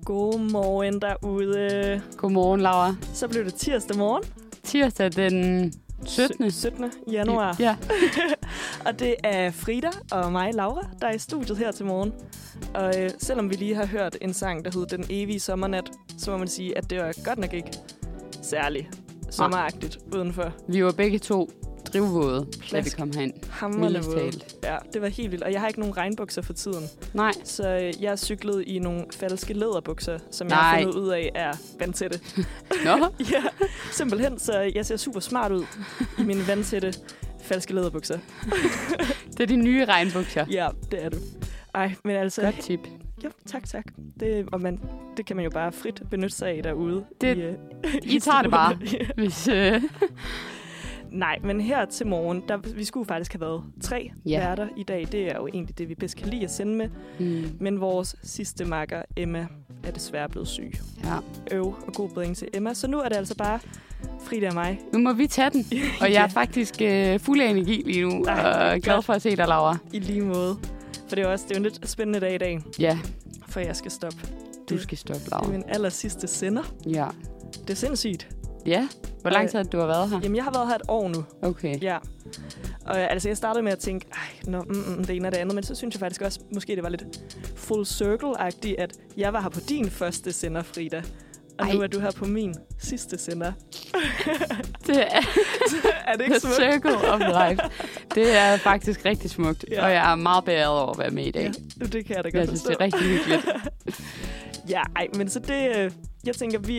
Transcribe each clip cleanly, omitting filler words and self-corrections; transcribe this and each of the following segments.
Godmorgen derude. Godmorgen, Laura. Så blev det tirsdag morgen. Tirsdag den 17. 17. januar. Ja. Og det er Frida og mig, Laura, der er i studiet her til morgen. Og selvom vi lige har hørt en sang, der hed Den evige sommernat, så må man sige, at det var godt nok ikke særlig sommeragtigt udenfor. Vi var begge to drivvåde, da vi kom herind. Hamrende våde. Ja, det var helt vildt. Og jeg har ikke nogen regnbukser for tiden. Nej. Så jeg er cyklet i nogle falske læderbukser, som jeg har fundet ud af er vandtætte. Nå? Ja, simpelthen. Så jeg ser super smart ud i mine vandtætte falske læderbukser. Det er de nye regnbukser. Ja, det er du. Ej, men altså... Godt tip. Jo, tak. Det kan man jo bare frit benytte sig af derude. I tager det bare. Hvis, Nej, men her til morgen, vi skulle faktisk have været 3 værter i dag. Det er jo egentlig det, vi bedst kan lide at sende med. Men vores sidste makker, Emma, er desværre blevet syg. Ja. Og god bedring til Emma. Så nu er det altså bare Frida og mig. Nu må vi tage den. Og jeg er faktisk fuld af energi lige nu. Og glad for at se dig, Laura. I lige måde. For det er jo en lidt spændende dag i dag. Ja. For jeg skal stoppe. Du skal stoppe, Laura. Det er min aller sidste sender. Ja. Det er sindssygt. Ja. Hvor lang tid har du været her? Jamen, jeg har været her et år nu. Okay. Ja. Og altså, jeg startede med at tænke, det ene og det andet, men så synes jeg faktisk også, måske det var lidt full circle-agtigt, at jeg var her på din første sender, Frida. Og nu er du her på min sidste sender. Det er det ikke smukt? The circle of life. Det er faktisk rigtig smukt, og jeg er meget beæret over at være med i dag. Ja, det kan jeg da godt Jeg synes, det er rigtig hyggeligt. Men så det... Jeg tænker, vi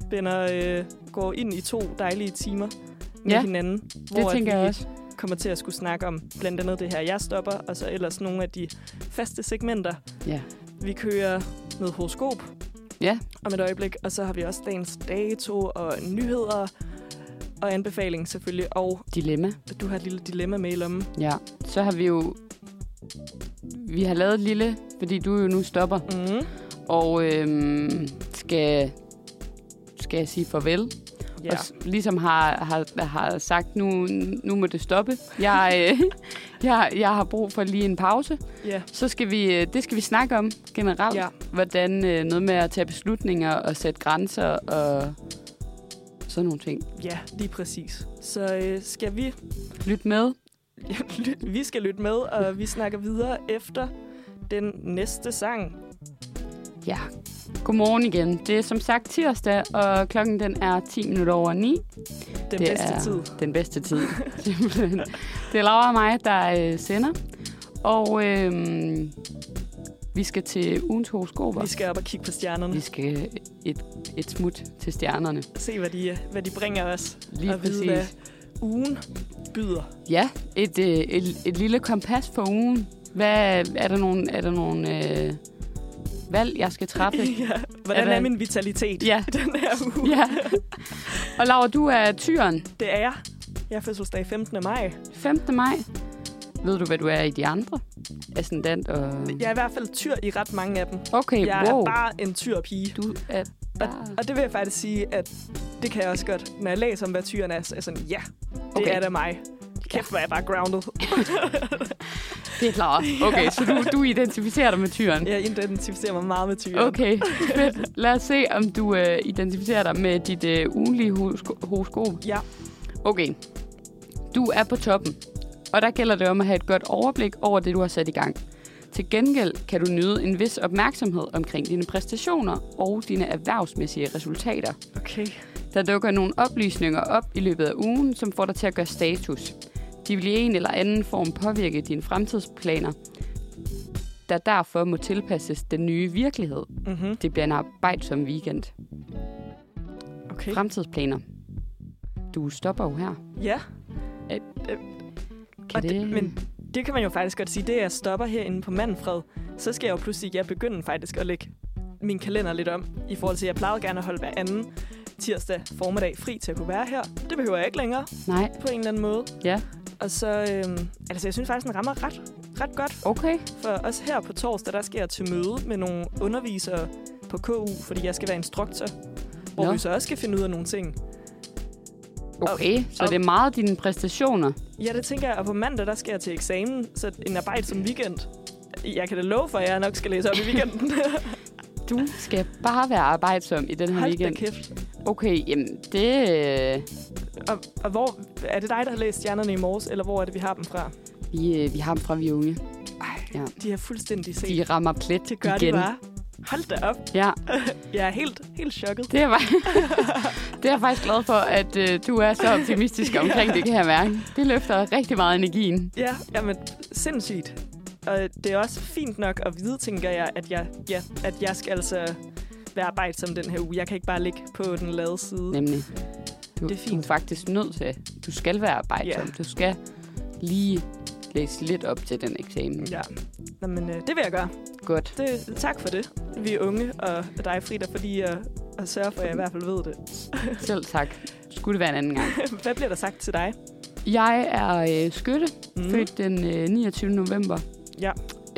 går ind i 2 dejlige timer med hinanden. Hvor det tænker jeg også. Kommer til at skulle snakke om blandt andet det her, jeg stopper, og så ellers nogle af de faste segmenter. Ja. Vi kører noget horoskop om et øjeblik, og så har vi også dagens dato og nyheder og anbefaling selvfølgelig. Og dilemma. Du har et lille dilemma med i lommen. Ja, så har vi har lavet et lille, fordi du jo nu stopper. Og skal jeg sige farvel. Ja. Og ligesom har sagt, nu må det stoppe. Jeg har brug for lige en pause. Ja. Så skal vi snakke om generelt, hvordan noget med at tage beslutninger og sætte grænser og sådan nogle ting. Ja, lige præcis. Så skal vi lytte med? Vi skal lytte med, og vi snakker videre efter den næste sang. Ja, godmorgen igen. Det er som sagt tirsdag, og klokken den er 9:10. Den bedste tid, simpelthen. Det er Laura og mig, der sender. Og vi skal til ugens horoskoper. Vi skal op og kigge på stjernerne. Vi skal et smut til stjernerne. Se, hvad de bringer os. Lige og præcis. Vide, hvad ugen byder. Ja, et lille kompas for ugen. Er der nogle valg, jeg skal træffe? Hvordan er min vitalitet den her uge? Ja. Og Laura, du er tyren. Det er jeg. Jeg er fødselsdag 15. maj. 15. maj. Ved du, hvad du er i de andre? Ascendant og... Jeg er i hvert fald tyr i ret mange af dem. Okay, jeg er bare en tyrpige. Du er og det vil jeg faktisk sige, at det kan jeg også godt. Når jeg læser om, hvad tyren er, så er sådan, det er da mig. Kæft, hvor er jeg bare grounded. Det er klart. Okay, så du identificerer dig med tyren? Jeg identificerer mig meget med tyren. Okay, fedt. Lad os se, om du identificerer dig med dit ugenlige horoskop. Ja. Okay. Du er på toppen, og der gælder det om at have et godt overblik over det, du har sat i gang. Til gengæld kan du nyde en vis opmærksomhed omkring dine præstationer og dine erhvervsmæssige resultater. Okay. Der dukker nogle oplysninger op i løbet af ugen, som får dig til at gøre status. De vil i en eller anden form påvirke dine fremtidsplaner, der derfor må tilpasses den nye virkelighed. Mm-hmm. Det bliver en arbejdsom weekend. Okay. Fremtidsplaner. Du stopper jo her. Ja. Men det kan man jo faktisk godt sige. Det jeg stopper herinde på Manfred, så skal jeg jo pludselig begynde faktisk at lægge min kalender lidt om. I forhold til, at jeg plejede gerne at holde hver anden tirsdag formiddag fri til at kunne være her. Det behøver jeg ikke længere. Nej. På en eller anden måde. Ja. Og så, jeg synes faktisk, den rammer ret godt. Okay. For også her på torsdag, der skal jeg til møde med nogle undervisere på KU, fordi jeg skal være instruktor, hvor vi så også skal finde ud af nogle ting. Okay, så det er meget dine præstationer. Ja, det tænker jeg. Og på mandag, der skal jeg til eksamen, så en arbejde som weekend. Jeg kan da love for, at jeg nok skal læse op i weekenden. Du skal bare være arbejdsom i den her weekend. Hold da kæft. Okay, jamen det... Og hvor er det dig, der har læst Stjernerne i morges, eller hvor er det, vi har dem fra? Vi har dem fra Vi Unge. Ej, de er fuldstændig set. De rammer plet det gør igen. De bare. Hold da op. Ja. Jeg er helt chokket. Det er jeg faktisk glad for, at du er så optimistisk omkring det, kan jeg mærke. Det løfter rigtig meget energien. Ja, jamen sindssygt. Og det er også fint nok at vide, tænker jeg, at jeg skal altså være arbejdsom den her uge. Jeg kan ikke bare ligge på den lade side. Nemlig. Det er fint. Du er faktisk nødt til. Du skal være arbejdsom. Du skal lige læse lidt op til den eksamen. Ja, men det vil jeg gøre. Godt. Tak for det. Vi er unge, og dig, Frida, fordi at sørge for, at jeg i hvert fald ved det. Selv tak. Skulle det være en anden gang. Hvad bliver der sagt til dig? Jeg er skytte, født den 29. november. Ja.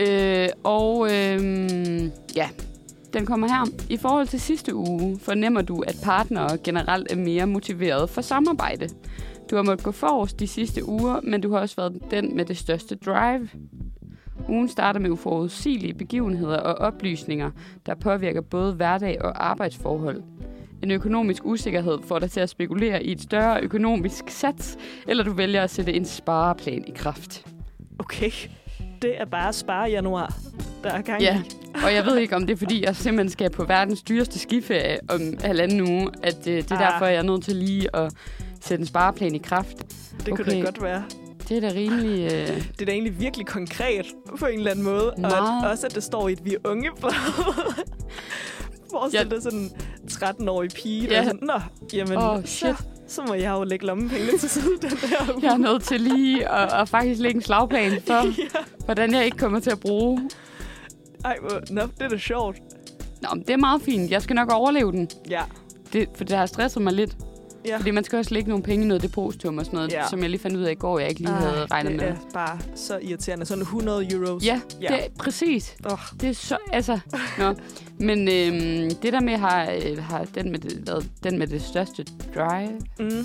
Ja, den kommer her. I forhold til sidste uge fornemmer du, at partnere generelt er mere motiveret for samarbejde. Du har måttet gå forrest de sidste uger, men du har også været den med det største drive. Ugen starter med uforudsigelige begivenheder og oplysninger, der påvirker både hverdag og arbejdsforhold. En økonomisk usikkerhed får dig til at spekulere i et større økonomisk sats, eller du vælger at sætte en spareplan i kraft. Okay, det er bare spare januar, der er gang i. Ja, og jeg ved ikke, om det er, fordi jeg simpelthen skal på verdens dyreste skiferie om 1,5 uge, at det er derfor, jeg er nødt til lige at sætte en spareplan i kraft. Det kunne da godt være. Det er da rimelig... Det er da egentlig virkelig konkret på en eller anden måde. Og også, at det står i et Vi Unge blad. Forestil dig sådan en 13-årig pige, der er sådan, nå, jamen, så må jeg jo lægge lommepengene til side den her uge. Jeg er nødt til lige at faktisk lægge en slagplan for, hvordan jeg ikke kommer til at bruge. Ej, det er da sjovt. Nå, det er meget fint. Jeg skal nok overleve den. Ja. For det har stresset mig lidt. Ja. Fordi man skal også lægge nogle penge i noget depositum og sådan noget, som jeg lige fandt ud af i går, jeg ikke lige havde regnet med. Det er bare så irriterende. Sådan 100 euros. Ja, det er præcis. Det er så, altså... Nå. Men det der med har den med det største drive.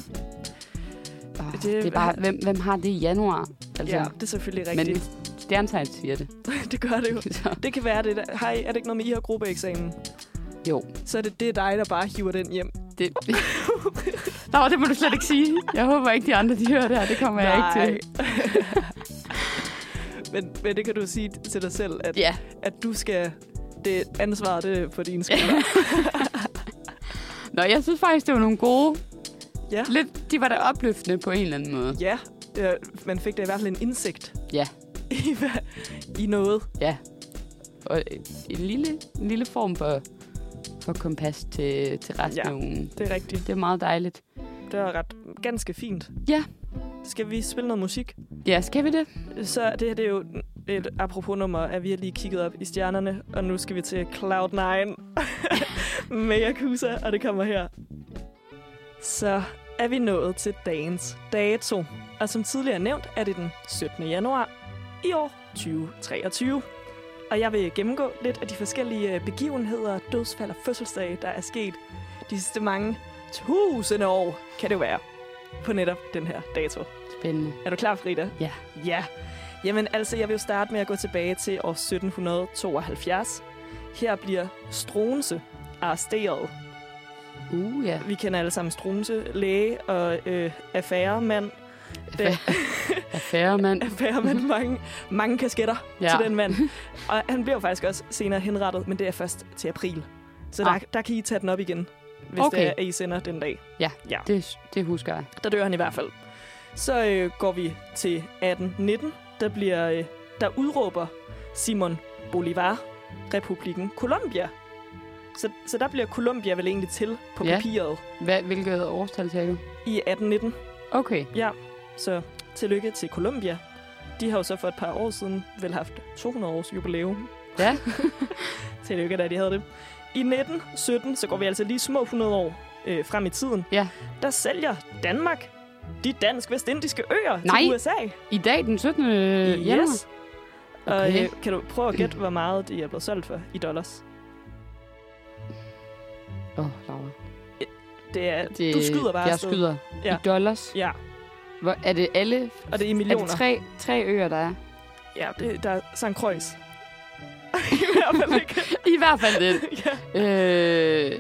Det er bare, hvem har det i januar? Altså, ja, det er selvfølgelig rigtigt. Men stjernetegn siger det. Det gør det jo. Det kan være det. Hej, er det ikke noget med, I har gruppeeksamen? Jo. Så er det dig, der bare hiver den hjem. Nå, det må du slet ikke sige. Jeg håber ikke, de andre de hører det her. Det kommer jeg ikke til. men det kan du sige til dig selv, at du skal... Det ansvaret det på dine skuldre. Nå, jeg synes faktisk, det var nogle gode... Ja. Lidt, de var da opløftende på en eller anden måde. Ja, man fik da i hvert fald en indsigt. Ja. I noget. Ja. Og en lille form for kompas til resten af ugen. Det er rigtigt. Det er meget dejligt. Det var ganske fint. Ja. Skal vi spille noget musik? Ja, skal vi det? Så det er jo et apropos nummer, at vi har lige kigget op i stjernerne, og nu skal vi til Cloud9 med Yakuza, og det kommer her. Så er vi nået til dagens dato, og som tidligere nævnt er det den 17. januar i år 2023. Og jeg vil gennemgå lidt af de forskellige begivenheder, dødsfald og fødselsdage, der er sket de sidste mange tusinde år, kan det jo være, på netop den her dato. Spændende. Er du klar, Frida? Ja. Ja. Jamen altså, jeg vil jo starte med at gå tilbage til år 1772. Her bliver Struensee arresteret. Ja. Vi kender alle sammen Struensee, læge og affæremand. Affæremand. Mange kasketter til den mand. Og han bliver faktisk også senere henrettet, men det er først til april. Så der kan I tage den op igen, hvis det er, at I sender den dag. Ja. Det husker jeg. Der dør han i hvert fald. Så går vi til 1819. Der udråber Simon Bolivar Republikken Colombia. Så der bliver Colombia vel egentlig til på papiret. Hvilket årstal tager du? I 1819. Okay. Ja, så tillykke til Colombia. De har jo så for et par år siden vel haft 200 års jubilæum. Ja. Tillykke, da de havde det. I 1917, så går vi altså lige små 100 år frem i tiden. Ja. Der sælger Danmark de dansk-vestindiske øer til USA. I dag den 17. januar? Yes. Okay. Og kan du prøve at gætte, hvor meget de er blevet solgt for i dollars? Laura. Du skyder bare afsted. Jeg skyder. Ja. I dollars? Ja. Hvor, er det alle? Og det er i millioner. Er det tre øer, der er? Ja, der er St. Croix. I hvert fald det. Ja.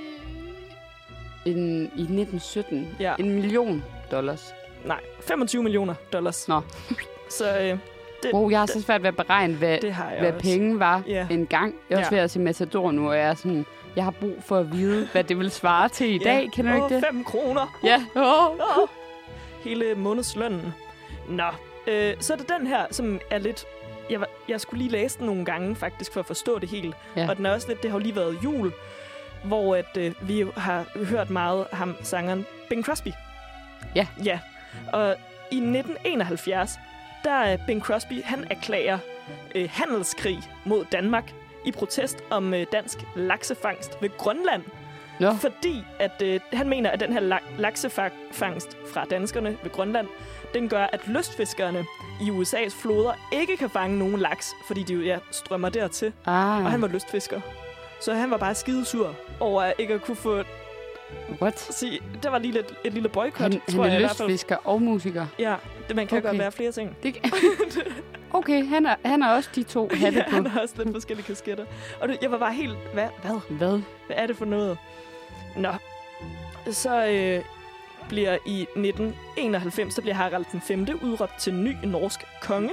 I 1917. Ja. $1 million. Nej, $25 millioner. Nå. Så jeg har så svært ved at beregne, hvad penge var en gang. Jeg er også ved at se Matador nu, og jeg har brug for at vide, hvad det vil svare til i dag. Kan du ikke det? 5 kroner. Ja. Hele månedslønnen. Nå, så er det den her, som er lidt... Jeg skulle lige læse den nogle gange, faktisk, for at forstå det hele. Ja. Og den er også lidt... Det har jo lige været jul, hvor vi har hørt meget ham, sangeren Bing Crosby. Ja. Ja. Og i 1971, der Bing Crosby, han erklærer handelskrig mod Danmark i protest om dansk laksefangst ved Grønland. No. Fordi at han mener, at den her laksefangst fra danskerne ved Grønland, den gør, at lystfiskerne i USA's floder ikke kan fange nogen laks, fordi de jo strømmer dertil. Og han var lystfisker. Så han var bare skidesur over at ikke at kunne få... What? Sige, der var lige et lille boykot, tror jeg. Han er lystfisker og musiker? Ja, man kan godt være flere ting. Okay, han er også de 2 hatte på. Han har også lidt forskellige kasketter. Og jeg var bare helt... Hvad er det for noget? Nå, så bliver i 1991, så bliver Harald den 5. udråbt til ny norsk konge.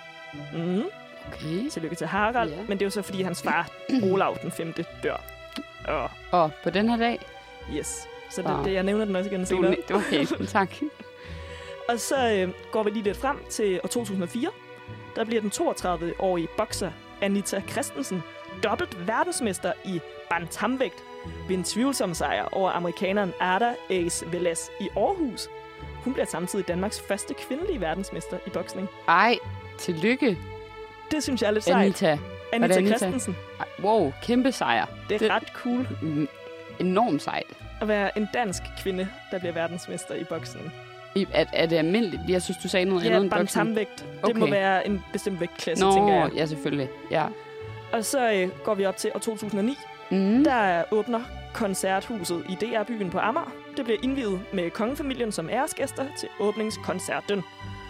Okay. Tillykke til Harald, men det er jo så, fordi hans far, Olav den 5. dør. Og på den her dag? Yes. Så det jeg nævner den også igen senere. Okay, tak. Og så går vi lige lidt frem til år 2004. Der bliver den 32-årige bokser Anita Christensen dobbelt verdensmester i bantamvægt ved en tvivlsom sejr over amerikaneren Ada Ace Velez i Aarhus. Hun bliver samtidig Danmarks første kvindelige verdensmester i boksning. Ej, tillykke. Det synes jeg er lidt sejt. Anita Christensen. Wow, kæmpe sejr. Det er ret cool. Enormt sejt. At være en dansk kvinde, der bliver verdensmester i boksning. Er det almindeligt? Jeg synes, du sagde noget andet end boksning. Ja, bantamvægt. Okay. Det må være en bestemt vægtklasse, tænker jeg. Ja, selvfølgelig. Ja. Og så går vi op til år 2009. Der åbner Koncerthuset i DR-byen på Amager. Det bliver indviet med kongefamilien som æresgæster til åbningskoncerten.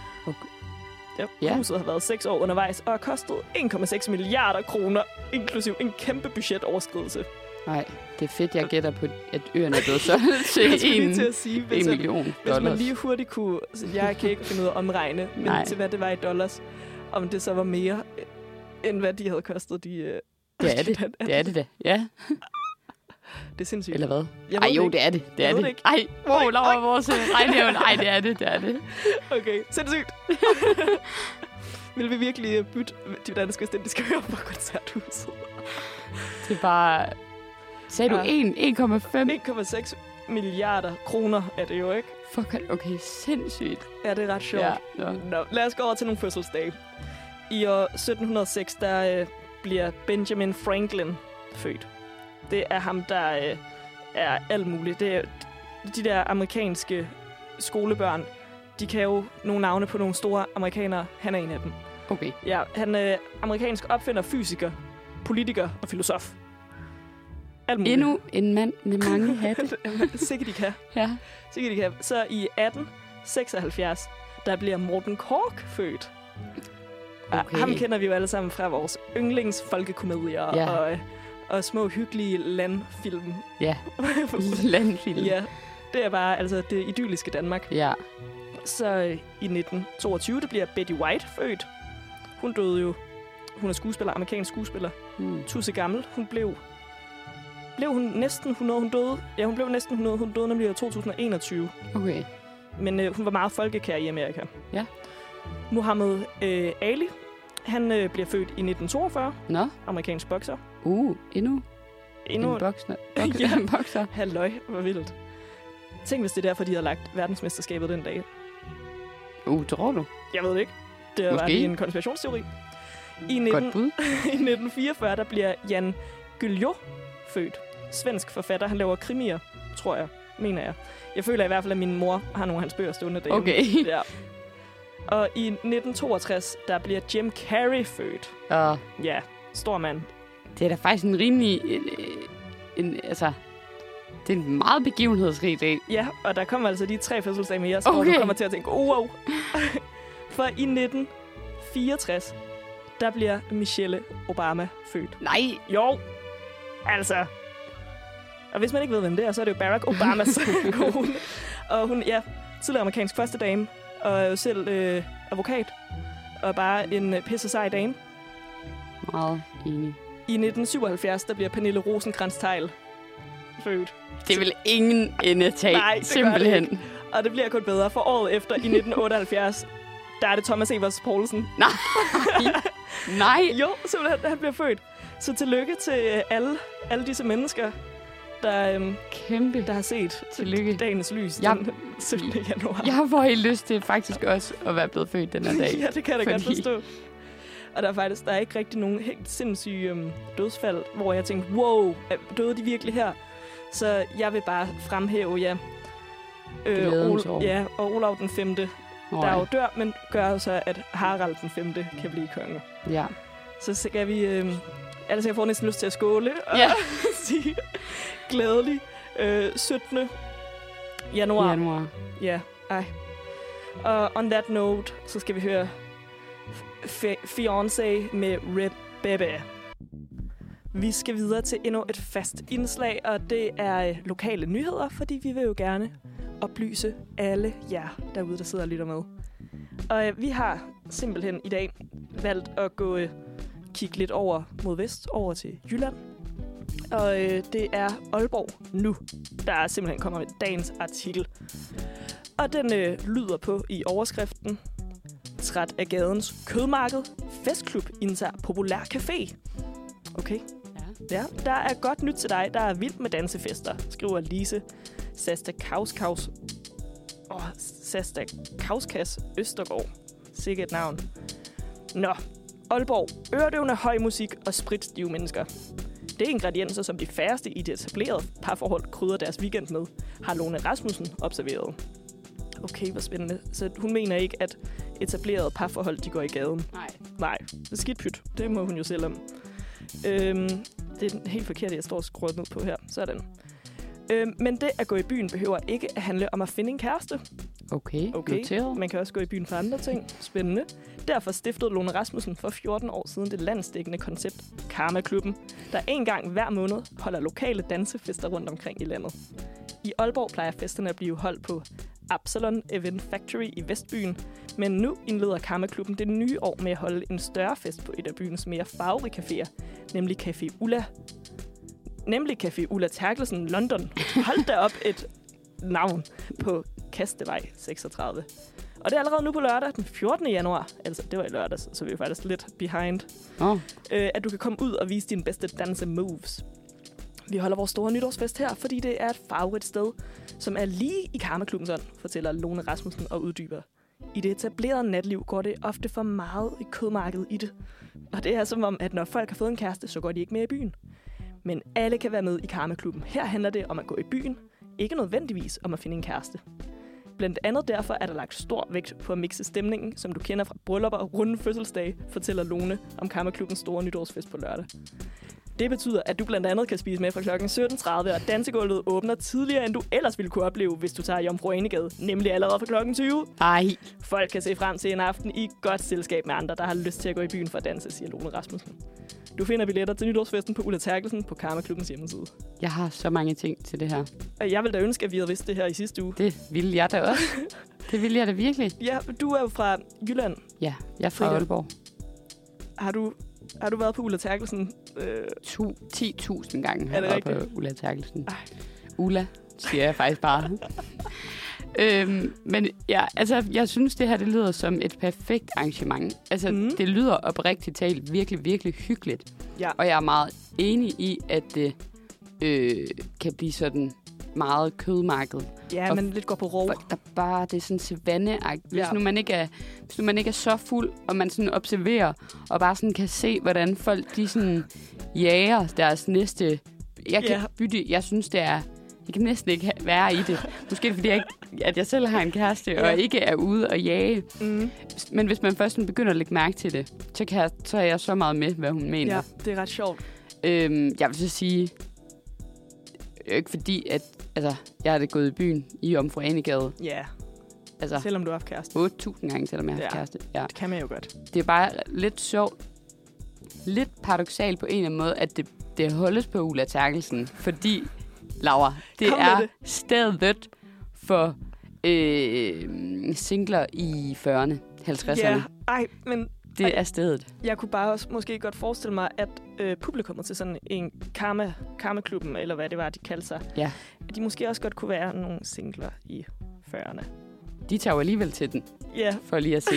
Okay. Huset har været 6 år undervejs og har kostet 1,6 milliarder kroner, inklusiv en kæmpe budgetoverskridelse. Nej, det er fedt, jeg gætter på, at øerne er blevet solgt til 1 million dollars. Hvis man lige hurtigt kunne... Jeg kan ikke finde ud af at omregne, men til hvad det var i dollars, om det så var mere, end hvad de havde kostet. Det er det da, ja. Det er sindssygt. Eller hvad? Ej, jo, det er det. Det er det. Ikke. Ej, wow, Laura, vores regnævn. Ej, det er det. Okay, sindssygt. Vil vi virkelig bytte de danske stemme, de skal høre på koncerthuset? Det er bare... Sagde du 1,6 milliarder kroner er det jo, ikke? Fuck, okay, sindssygt. Ja, det er ret sjovt. Ja. Nå, lad os gå over til nogle fødselsdage. I år 1706, der bliver Benjamin Franklin født. Det er ham, der er alt muligt. Det er de der amerikanske skolebørn. De kan jo nogle navne på nogle store amerikanere. Han er en af dem. Okay. Ja, han er amerikansk opfinder, fysiker, politiker og filosof. Endnu en mand med mange hatte. Sikkert de kan. Ja. Sikkert de kan. Så i 1876, der bliver Morten Korch født. Okay. Ham kender vi jo alle sammen fra vores yndlingsfolkekomedier og små hyggelige landfilm. Ja, landfilm. Ja, det er bare altså det idylliske Danmark. Ja. Så i 1922, der bliver Betty White født. Hun døde jo. Hun er skuespiller, amerikansk skuespiller. Tusse gammel. Hun blev hun næsten 100. Hun døde. Ja, hun blev næsten 100. Hun døde nemlig i 2021. Okay. Men hun var meget folkekær i Amerika. Ja. Muhammad Ali. Han bliver født i 1942. Nå. Amerikansk bokser. Endnu en bokser. Halløj, hvor vildt. Tænk, hvis det er derfor, de havde lagt verdensmesterskabet den dag. Tror du? Jeg ved det ikke. Det var lige en konspirationsteori. I 1944, der bliver Jan Guillou født. Svensk forfatter. Han laver krimier, tror jeg. Mener jeg. Jeg føler i hvert fald, at min mor har nogle af hans bøger stående derhjemme. Okay. Ja. Og i 1962, der bliver Jim Carrey født. Ja, stor mand. Det er da faktisk en rimelig... altså, det er en meget begivenhedsrig dag. Ja, og der kommer altså de 3 fødselsdage med jeres, hvor du kommer til at tænke, wow. For i 1964, der bliver Michelle Obama født. Nej! Jo! Altså. Og hvis man ikke ved, hvem det er, så er det jo Barack Obamas kone. Og hun, tidligere amerikansk førstedame, og er jo selv advokat. Og bare en pisse sej dame. Meget enig. I 1977, der bliver Pernille Rosenkrantz-Theil født. Det vil ingen ende tage. Nej, det simpelthen. Det og det bliver kun bedre, for året efter, i 1978, der er det Thomas Evers Poulsen. Nej. Nej. Jo, simpelthen, han bliver født. Så tillykke til alle disse mennesker, der har set tillykke. Dagens lys den 17. januar. Jeg får helt lyst til faktisk også at være blevet født den her dag. Ja, det kan jeg da godt forstå. Og der er ikke rigtig nogen helt sindssyge dødsfald, hvor jeg tænkte, wow, døde de virkelig her? Så jeg vil bare fremhæve, og Olav den 5., der jo dør, men gør så, at Harald den 5. kan blive konge. Ja. Så skal vi... jeg får næsten lyst til at skåle og sige glædelig 17. januar. Ja, ej. Og on that note, så skal vi høre Fiancé med Rebebe. Vi skal videre til endnu et fast indslag, og det er lokale nyheder, fordi vi vil jo gerne oplyse alle jer derude, der sidder og lytter med. Og vi har simpelthen i dag valgt at kigge lidt over mod vest, over til Jylland. Og det er Aalborg nu, der simpelthen kommer med dagens artikel. Og den lyder på i overskriften: Træt af gadens kødmarked. Festklub indtager populær café. Okay. Ja, der er godt nyt til dig. Der er vildt med dansefester, skriver Lise Sastakauskas Østergaard. Sikke et navn. Nå, Aalborg. Øredøvende høj musik og spritstive mennesker. Det er ingredienser, som de færreste i det etablerede parforhold krydder deres weekend med, har Lone Rasmussen observeret. Okay, hvor spændende. Så hun mener ikke, at etablerede parforhold, de går i gaden? Nej. Skidt pyt. Det må hun jo selv om. Det er helt forkert, jeg står og skruer ned på her. Sådan. Men det at gå i byen behøver ikke at handle om at finde en kæreste. Okay. Noteret. Man kan også gå i byen for andre ting. Spændende. Derfor stiftede Lone Rasmussen for 14 år siden det landsdækkende koncept Karma-klubben, der en gang hver måned holder lokale dansefester rundt omkring i landet. I Aalborg plejer festerne at blive holdt på Absalon Event Factory i Vestbyen, men nu indleder Karma-klubben det nye år med at holde en større fest på et af byens mere farverige caféer, nemlig Café Ulla Terkelsen London. Hold da op et navn på Kastevej 36. Og det er allerede nu på lørdag, den 14. januar, altså det var i lørdags, så vi er faktisk lidt behind, at du kan komme ud og vise dine bedste danse-moves. Vi holder vores store nytårsfest her, fordi det er et farverigt sted, som er lige i Karma-klubbens ånd, fortæller Lone Rasmussen og uddyber. I det etablerede natliv går det ofte for meget i kødmarkedet i det. Og det er som om, at når folk har fået en kæreste, så går de ikke mere i byen. Men alle kan være med i Karma-klubben. Her handler det om at gå i byen, ikke nødvendigvis om at finde en kæreste. Blandt andet derfor er der lagt stor vægt på at mixe stemningen, som du kender fra bryllupper og runde fødselsdage, fortæller Lone om Karma-klubbens store nytårsfest på lørdag. Det betyder, at du blandt andet kan spise med fra kl. 17.30, og dansegulvet åbner tidligere, end du ellers ville kunne opleve, hvis du tager Jomfru Anegade, nemlig allerede fra kl. 20. Ej. Folk kan se frem til en aften i godt selskab med andre, der har lyst til at gå i byen for at danse, siger Lone Rasmussen. Du finder billetter til nytårsfesten på Ulla Terkelsen på Karma-klubbens hjemmeside. Jeg har så mange ting til det her. Jeg ville da ønske, at vi havde vidst det her i sidste uge. Det ville jeg da også. Det ville jeg da virkelig. Ja, du er jo fra Jylland. Ja, jeg er fra Aalborg. Har du været på Ulla Terkelsen? 10.000 gange har jeg været på Ulla Terkelsen. Ulla, siger jeg faktisk bare. Men ja, altså, jeg synes, det her det lyder som et perfekt arrangement. Altså, det lyder oprigtigt talt virkelig, virkelig hyggeligt. Ja. Og jeg er meget enig i, at det kan blive sådan meget kødmarked. Ja, men lidt går på rov. Der bare, det er sådan savanneagtigt. Hvis nu man ikke er så fuld, og man sådan observerer, og bare sådan kan se, hvordan folk, de sådan jager deres næste... Jeg synes, det er... Jeg kan næsten ikke være i det. Måske fordi at jeg selv har en kæreste, og ikke er ude og jage. Men hvis man først begynder at lægge mærke til det, så er jeg så meget med, hvad hun mener. Ja, det er ret sjovt. Jeg vil så sige... Ikke fordi, at jeg har gået i byen i Jomfru Anegade. Ja, selvom du har haft kæreste. 8.000 gange, selvom jeg har haft kæreste. Ja. Det kan man jo godt. Det er bare lidt sjovt lidt paradoksalt på en eller anden måde, at det holdes på Ulla Terkelsen, fordi, Laura, det er stedet for singler i 40'erne, 50'erne. Ja, men... Det er stedet. Jeg kunne bare også måske godt forestille mig, at publikummet til sådan en Karma-klubben, eller hvad det var, de kaldte sig, de måske også godt kunne være nogle singler i 40'erne. De tager jo alligevel til den, for lige at se.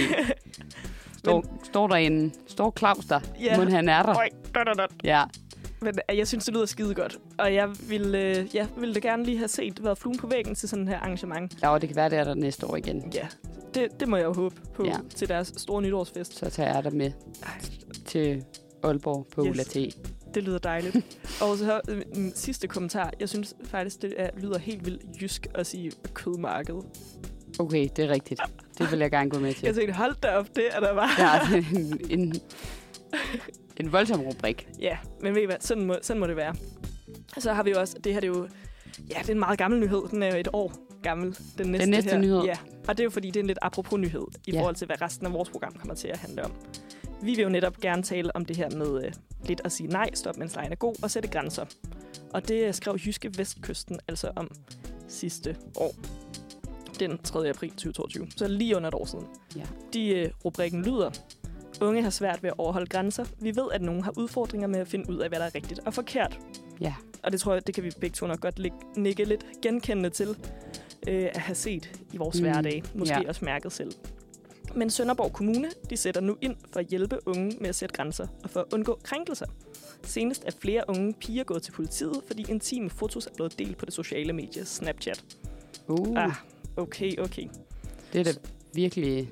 Står Claus der, men han er der. Ja. Men jeg synes, det lyder skide godt. Og jeg ville da gerne lige have været fluen på væggen til sådan her arrangement. Ja, og det kan være, det er der næste år igen. Ja, det må jeg jo håbe på til deres store nytårsfest. Så tager jeg dig med til Aalborg på Ulla T. Det lyder dejligt. Og så en sidste kommentar. Jeg synes faktisk, det lyder helt vildt jysk at sige kødmarked. Okay, det er rigtigt. Det vil jeg gerne gå med til. Jeg tænkte, hold da op, det er der bare. Ja, en voldsom rubrik. Ja, men ved I hvad, sådan må det være. Så har vi jo også, det her det er jo, det er en meget gammel nyhed. Den er jo et år gammel, den næste her. Nyhed. Ja, og det er jo fordi, det er en lidt apropos nyhed i forhold til, hvad resten af vores program kommer til at handle om. Vi vil jo netop gerne tale om det her med lidt at sige nej, stop mens lejen er god, og sætte grænser. Og det skrev Jyske Vestkysten altså om sidste år. Den 3. april 2022. Så lige under et år siden. Ja. Rubrikken lyder: Unge har svært ved at overholde grænser. Vi ved, at nogen har udfordringer med at finde ud af, hvad der er rigtigt og forkert. Ja. Og det tror jeg, det kan vi begge to nok godt nikke lidt genkendende til at have set i vores hverdag. Måske også mærket selv. Men Sønderborg Kommune, de sætter nu ind for at hjælpe unge med at sætte grænser og for at undgå krænkelser. Senest er flere unge piger gået til politiet, fordi intime fotos er blevet delt på det sociale medie Snapchat. Okay. Det er da virkelig...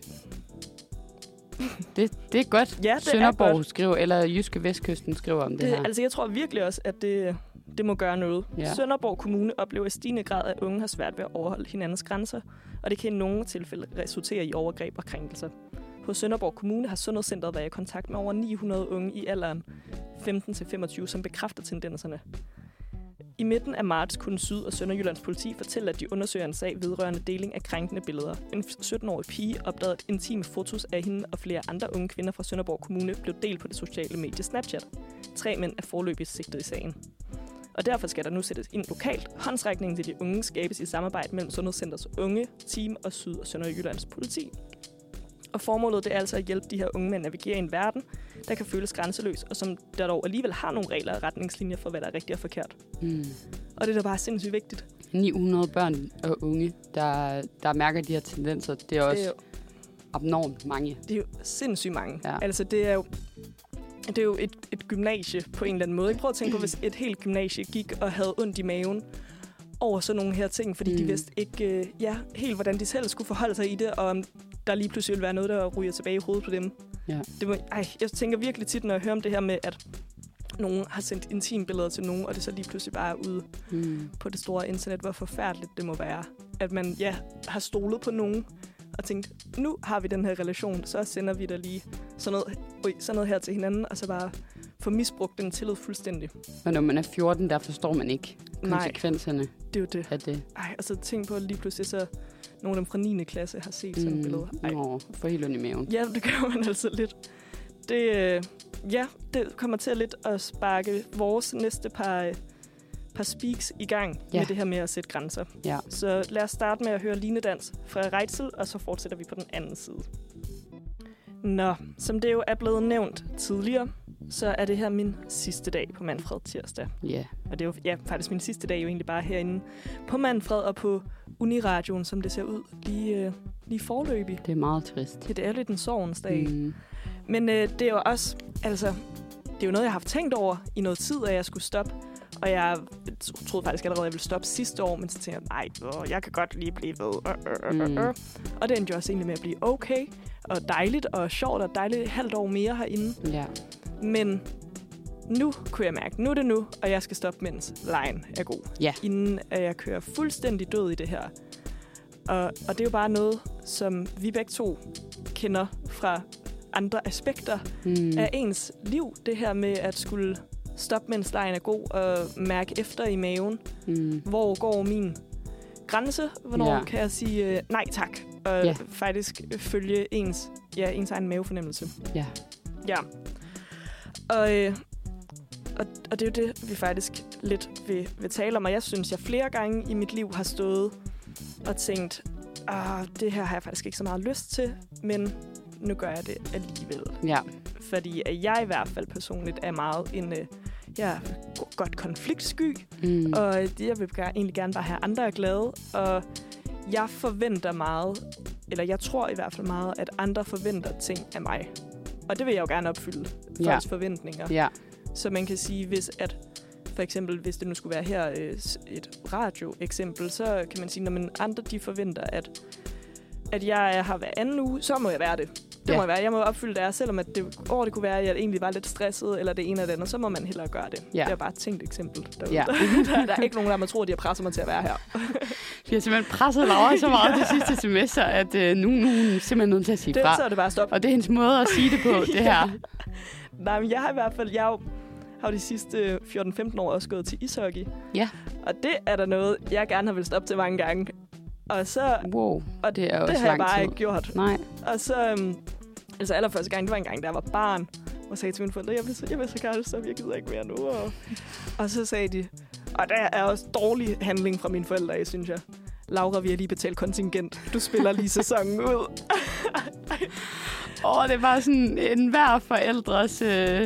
Det er godt. Ja, det Sønderborg godt. Skriver, eller Jyske Vestkysten skriver om det her. Altså, jeg tror virkelig også, at det må gøre noget. Ja. Sønderborg Kommune oplever i stigende grad, at unge har svært ved at overholde hinandens grænser, og det kan i nogle tilfælde resultere i overgreb og krænkelser. På Sønderborg Kommune har Sundhedscentret været i kontakt med over 900 unge i alderen 15-25, som bekræfter tendenserne. I midten af marts kunne Syd- og Sønderjyllands politi fortælle, at de undersøger en sag vedrørende deling af krænkende billeder. En 17-årig pige opdagede, at intime fotos af hende og flere andre unge kvinder fra Sønderborg Kommune blev delt på det sociale medie Snapchat. 3 mænd er foreløbigt sigtet i sagen. Og derfor skal der nu sættes ind lokalt. Håndsrækningen til de unge skabes i samarbejde mellem Sundhedscentrets unge team og Syd- og Sønderjyllands politi. Og formålet det er altså at hjælpe de her unge med at navigere i en verden, der kan føles grænseløs, og som der dog alligevel har nogle regler og retningslinjer for, hvad der er rigtigt og forkert. Og det er da bare sindssygt vigtigt. 900 børn og unge, der mærker de her tendenser, det er også abnormt mange. Det er jo sindssygt mange. Ja. Altså, det er jo et gymnasie på en eller anden måde. Prøv at tænke på, hvis et helt gymnasie gik og havde ondt i maven over sådan nogle her ting, fordi de vidste ikke helt, hvordan de selv skulle forholde sig i det, og om der lige pludselig vil være noget, der ryger tilbage i hovedet på dem. Ja. Jeg tænker virkelig tit, når jeg hører om det her med, at nogen har sendt intimbilleder til nogen, og det så lige pludselig bare er ude på det store internet, hvor forfærdeligt det må være. At man har stolet på nogen og tænkt, nu har vi den her relation, så sender vi da lige sådan noget her til hinanden, og så bare få misbrugt den tillid fuldstændig. Men når man er 14, der forstår man ikke konsekvenserne. Nej, det er jo det. Af det. Altså tænk på, at lige pludselig så nogle af dem fra 9. klasse har set sådan et billede. For helt ondt i maven. Ja, det gør man altså lidt. Det kommer til lidt at sparke vores næste par speaks i gang med det her med at sætte grænser. Ja. Så lad os starte med at høre linedans fra Reitzel, og så fortsætter vi på den anden side. Nå, som det jo er blevet nævnt tidligere, så er det her min sidste dag på Manfred tirsdag. Yeah. Og det er jo faktisk min sidste dag jo egentlig bare herinde på Manfred og på Uniradioen, som det ser ud lige forløbig. Det er meget trist. Det er lidt en sorgens dag. Men det er jo også, altså, det er jo noget, jeg har haft tænkt over i noget tid, at jeg skulle stoppe. Og jeg troede faktisk allerede, at jeg ville stoppe sidste år, men så tænkte jeg, jeg kan godt lige blive ved. Og det endte jo også egentlig med at blive okay, og dejligt og sjovt, og dejligt halvt år mere herinde. Ja. Men nu kunne jeg mærke, nu er det nu, og jeg skal stoppe, mens lejen er god. Ja. Inden jeg kører fuldstændig død i det her. Og det er jo bare noget, som vi begge to kender fra andre aspekter af ens liv. Det her med at skulle stoppe, mens lejen er god, og mærke efter i maven. Hvor går min grænse? Hvornår kan jeg sige nej tak? Og faktisk følge ens egen mavefornemmelse. Ja. Og det er jo det, vi faktisk lidt vil tale om. Og jeg synes, jeg flere gange i mit liv har stået og tænkt, det her har jeg faktisk ikke så meget lyst til, men nu gør jeg det alligevel. Ja. Fordi jeg i hvert fald personligt er meget en godt konfliktsky, og jeg vil egentlig gerne bare have andre glade, og jeg forventer meget, eller jeg tror i hvert fald meget, at andre forventer ting af mig. Og det vil jeg jo gerne opfylde, folks forventninger. Ja. Så man kan sige, for eksempel, hvis det nu skulle være her et radioeksempel, så kan man sige, når andre de forventer, at jeg har hver anden uge, så må jeg være det. Det må jeg være. Jeg må opfylde det, selvom at det kunne være, at jeg egentlig var lidt stresset, eller det ene eller det andet, så må man hellere gøre det. Ja. Det er bare et tænkt eksempel derude. Ja. Der er ikke nogen, der må tro, at de har presset mig til at være her. Vi har simpelthen presset Laura så meget det sidste semester, at nu er hun simpelthen nødt til at sige fra. Så er det bare stop. Og det er hendes måde at sige det på, det her. Nej, men jeg har i hvert fald... Jeg har de sidste 14-15 år også gået til ishockey. Ja. Og det er der noget, jeg gerne har vildt stoppe til mange gange. Og så... Wow, og det er også det har jeg bare ikke gjort. Nej. Og så... altså allerførste gang, det var en gang, da jeg var barn. Og sagde til mine forældre, jeg vil så gerne stoppe, jeg gider ikke mere nu. Og så sagde de... Og der er også dårlig handling fra mine forældre, synes jeg. Laura, vi har lige betalt kontingent. Du spiller lige sæsonen ud. Det var sådan en hver forældres...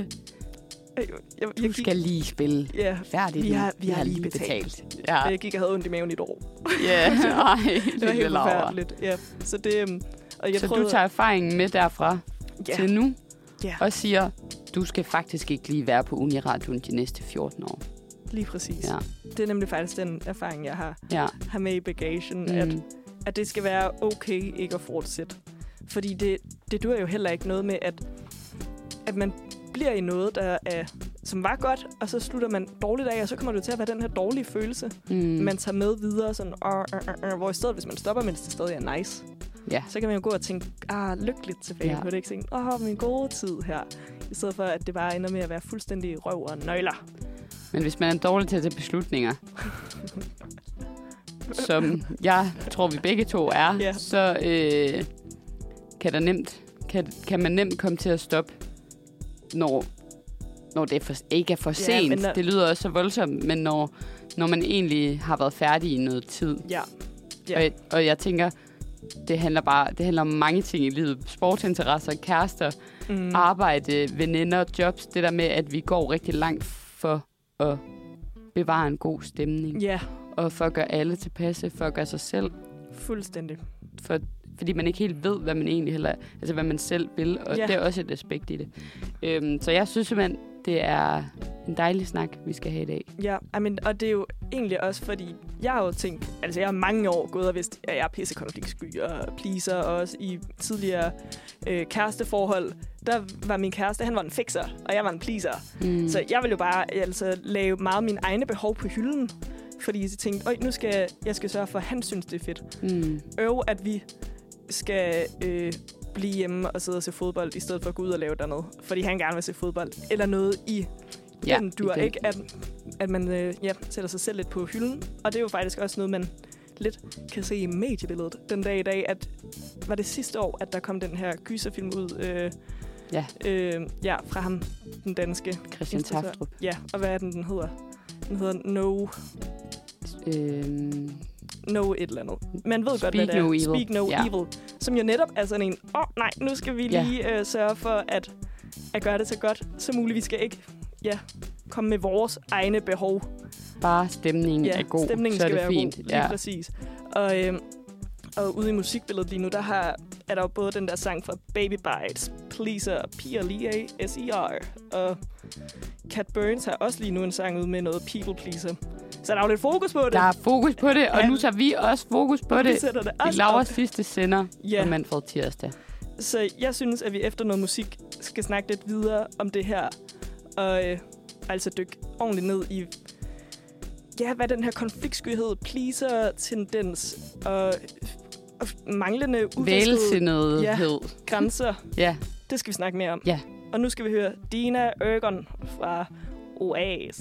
Du skal lige spille færdigt. Vi har lige betalt. Ja. Jeg gik og havde ondt i maven i et år. Ja, det var helt forfærdeligt. Ja. Så du tager erfaringen med derfra til nu, og siger, du skal faktisk ikke lige være på Uniradioen de næste 14 år. Lige præcis. Ja. Det er nemlig faktisk den erfaring, jeg har med i bagagen, at det skal være okay ikke at fortsætte. Fordi det duer jo heller ikke noget med, at man bliver i noget, der som var godt, og så slutter man dårligt af, og så kommer det til at være den her dårlige følelse, man tager med videre, sådan, hvor i stedet, hvis man stopper, mens det stadig er nice, så kan man jo gå og tænke, lykkeligt tilbage på det, ikke? Tænke, min gode tid her, i stedet for, at det bare ender med at være fuldstændig røv og nøgler. Men hvis man er dårlig til at tage beslutninger, som jeg tror, vi begge to er, så kan man nemt komme til at stoppe, når det ikke er for sent. Det lyder også så voldsomt, men når man egentlig har været færdig i noget tid. Ja. Og jeg tænker, det handler om mange ting i livet. Sportsinteresser, kærester, arbejde, veninder, jobs. Det der med, at vi går rigtig langt for at bevare en god stemning. Ja. Og for at gøre alle tilpasse, for at gøre sig selv. Fuldstændig. Fordi man ikke helt ved, hvad man egentlig hvad man selv vil, og det er også et aspekt i det. Så jeg synes simpelthen, det er en dejlig snak, vi skal have i dag. Ja, og det er jo egentlig også, fordi jeg har jo tænkt, altså jeg har mange år gået og vidst, at jeg er pissekonfliktsky og pleaser, og også i tidligere kæresteforhold, der var min kæreste, han var en fixer, og jeg var en pleaser. Så jeg ville jo bare lave meget mine egne behov på hylden, fordi jeg tænkte, nu skal jeg sørge for, at han synes, det er fedt. At vi skal blive hjemme og sidde og se fodbold, i stedet for at gå ud og lave dernede. Fordi han gerne vil se fodbold. Eller noget i den dur, ikke? At man sætter sig selv lidt på hylden. Og det er jo faktisk også noget, man lidt kan se i mediebilledet den dag i dag. At var det sidste år, at der kom den her gyserfilm ud fra ham, den danske. Christian Tafdrup. Ja, og hvad er den hedder? Den hedder No et eller andet. Man ved godt, hvad det er. Speak No Evil. Som jo netop er sådan en, nu skal vi lige sørge for at gøre det så godt som muligt. Vi skal ikke komme med vores egne behov. Bare stemningen er god, stemningen så er det det fint. God, lige præcis. Og ude i musikbilledet lige nu, er der jo både den der sang fra Baby Bites, Pleaser, Pia Lea, S.E.R. Og Cat Burns har også lige nu en sang ude med noget People Pleaser. Så der er jo lidt fokus på det. Der er fokus på det, og nu tager vi også fokus på det. I Lauras sidste sender på Manfred Tirsdag. Så jeg synes, at vi efter noget musik skal snakke lidt videre om det her. Og altså dykke ordentligt ned i, hvad den her konfliktskyhed, pleaser-tendens og manglende vælsindethed, grænser. Det skal vi snakke mere om. Og nu skal vi høre Dina Ergon fra Oas.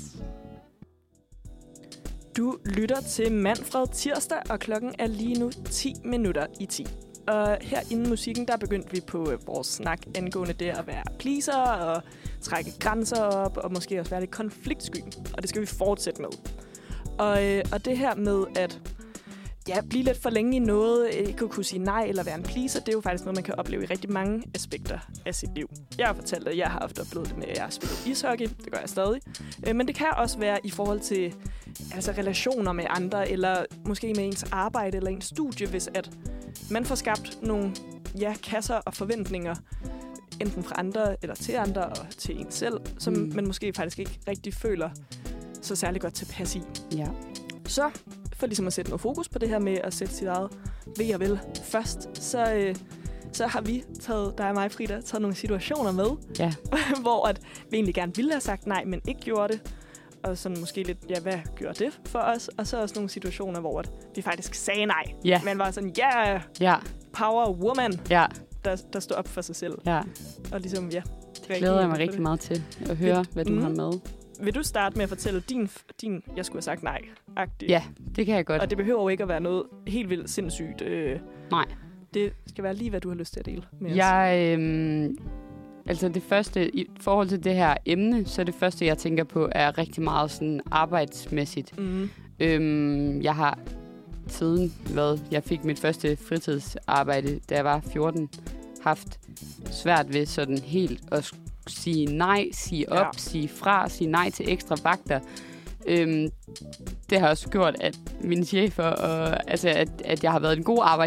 Du lytter til Manfred Tirsdag, og klokken er lige nu 10 minutter i 10. Og her inden musikken, der begyndte vi på vores snak angående det at være pleaser og trække grænser op, og måske også være lidt konfliktsky. Og det skal vi fortsætte med. Og det her med at blive lidt for længe i noget, ikke kunne sige nej eller være en pleaser, det er jo faktisk noget, man kan opleve i rigtig mange aspekter af sit liv. Jeg har fortalt, at jeg har haft oplevet det med, at jeg har spillet ishockey. Det gør jeg stadig. Men det kan også være i forhold til relationer med andre, eller måske med ens arbejde eller ens studie, hvis at man får skabt nogle kasser og forventninger, enten fra andre eller til andre og til en selv, som man måske faktisk ikke rigtig føler så særlig godt tilpas i. Ja. Så for ligesom at sætte noget fokus på det her med at sætte sit eget ved og vel først, så har vi taget, dig og mig, Frida, taget nogle situationer med, hvor at vi egentlig gerne ville have sagt nej, men ikke gjorde det. Og sådan måske lidt, hvad gjorde det for os? Og så også nogle situationer, hvor at vi faktisk sagde nej. Ja. Man var sådan, power woman, der står op for sig selv. Ja. Og ligesom, det glæder jeg mig rigtig meget til at høre, hvad du har med. Vil du starte med at fortælle din jeg skulle have sagt nej-agtigt? Ja, det kan jeg godt. Og det behøver jo ikke at være noget helt vildt sindssygt. Nej. Det skal være lige, hvad du har lyst til at dele med os. Altså det første, i forhold til det her emne, så det første, jeg tænker på, er rigtig meget sådan arbejdsmæssigt. Jeg har siden, jeg fik mit første fritidsarbejde, da jeg var 14, haft svært ved sådan helt at sige nej, sige op, sige fra, sige nej til ekstra vagter. Det har også gjort, at mine chefer, at jeg har været en god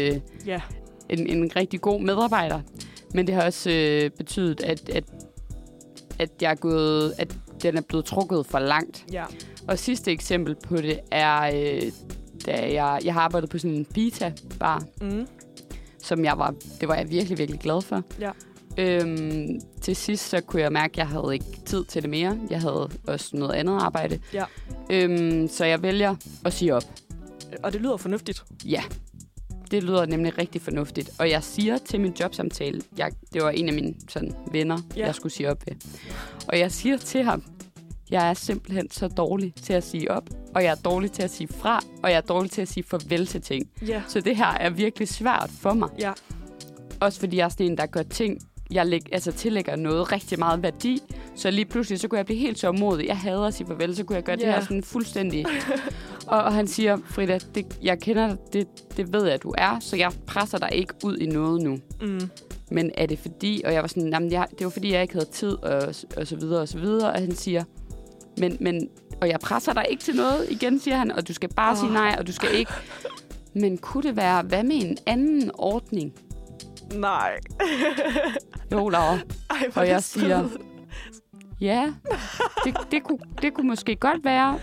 en rigtig god medarbejder. Men det har også betydet, at den er blevet trukket for langt. Ja. Og sidste eksempel på det er, da jeg har arbejdet på sådan en pita-bar, som det var jeg virkelig, virkelig glad for. Ja. Til sidst så kunne jeg mærke, at jeg havde ikke tid til det mere. Jeg havde også noget andet arbejde. Ja. Så jeg vælger at sige op. Og det lyder fornuftigt. Ja, det lyder nemlig rigtig fornuftigt. Og jeg siger til min jobsamtale, det var en af mine sådan, venner, jeg skulle sige op ved. Og jeg siger til ham, jeg er simpelthen så dårlig til at sige op, og jeg er dårlig til at sige fra, og jeg er dårlig til at sige farvel til ting. Yeah. Så det her er virkelig svært for mig. Ja. Også fordi jeg er sådan en, der gør ting, jeg tillægger noget rigtig meget værdi, så lige pludselig, så kunne jeg blive helt så modig. Jeg hader at sige farvel, så kunne jeg gøre det her sådan fuldstændig. Og han siger, Frida, jeg kender dig, det ved jeg, at du er, så jeg presser dig ikke ud i noget nu. Men er det fordi, og jeg var sådan, det var fordi, jeg ikke havde tid, og så videre, og så videre. Og han siger, men og jeg presser dig ikke til noget, igen, siger han, og du skal bare sige nej, og du skal ikke. Men kunne det være, hvad med en anden ordning? Nej. Jo, Laura. Og jeg siger, ja, det kunne måske godt være.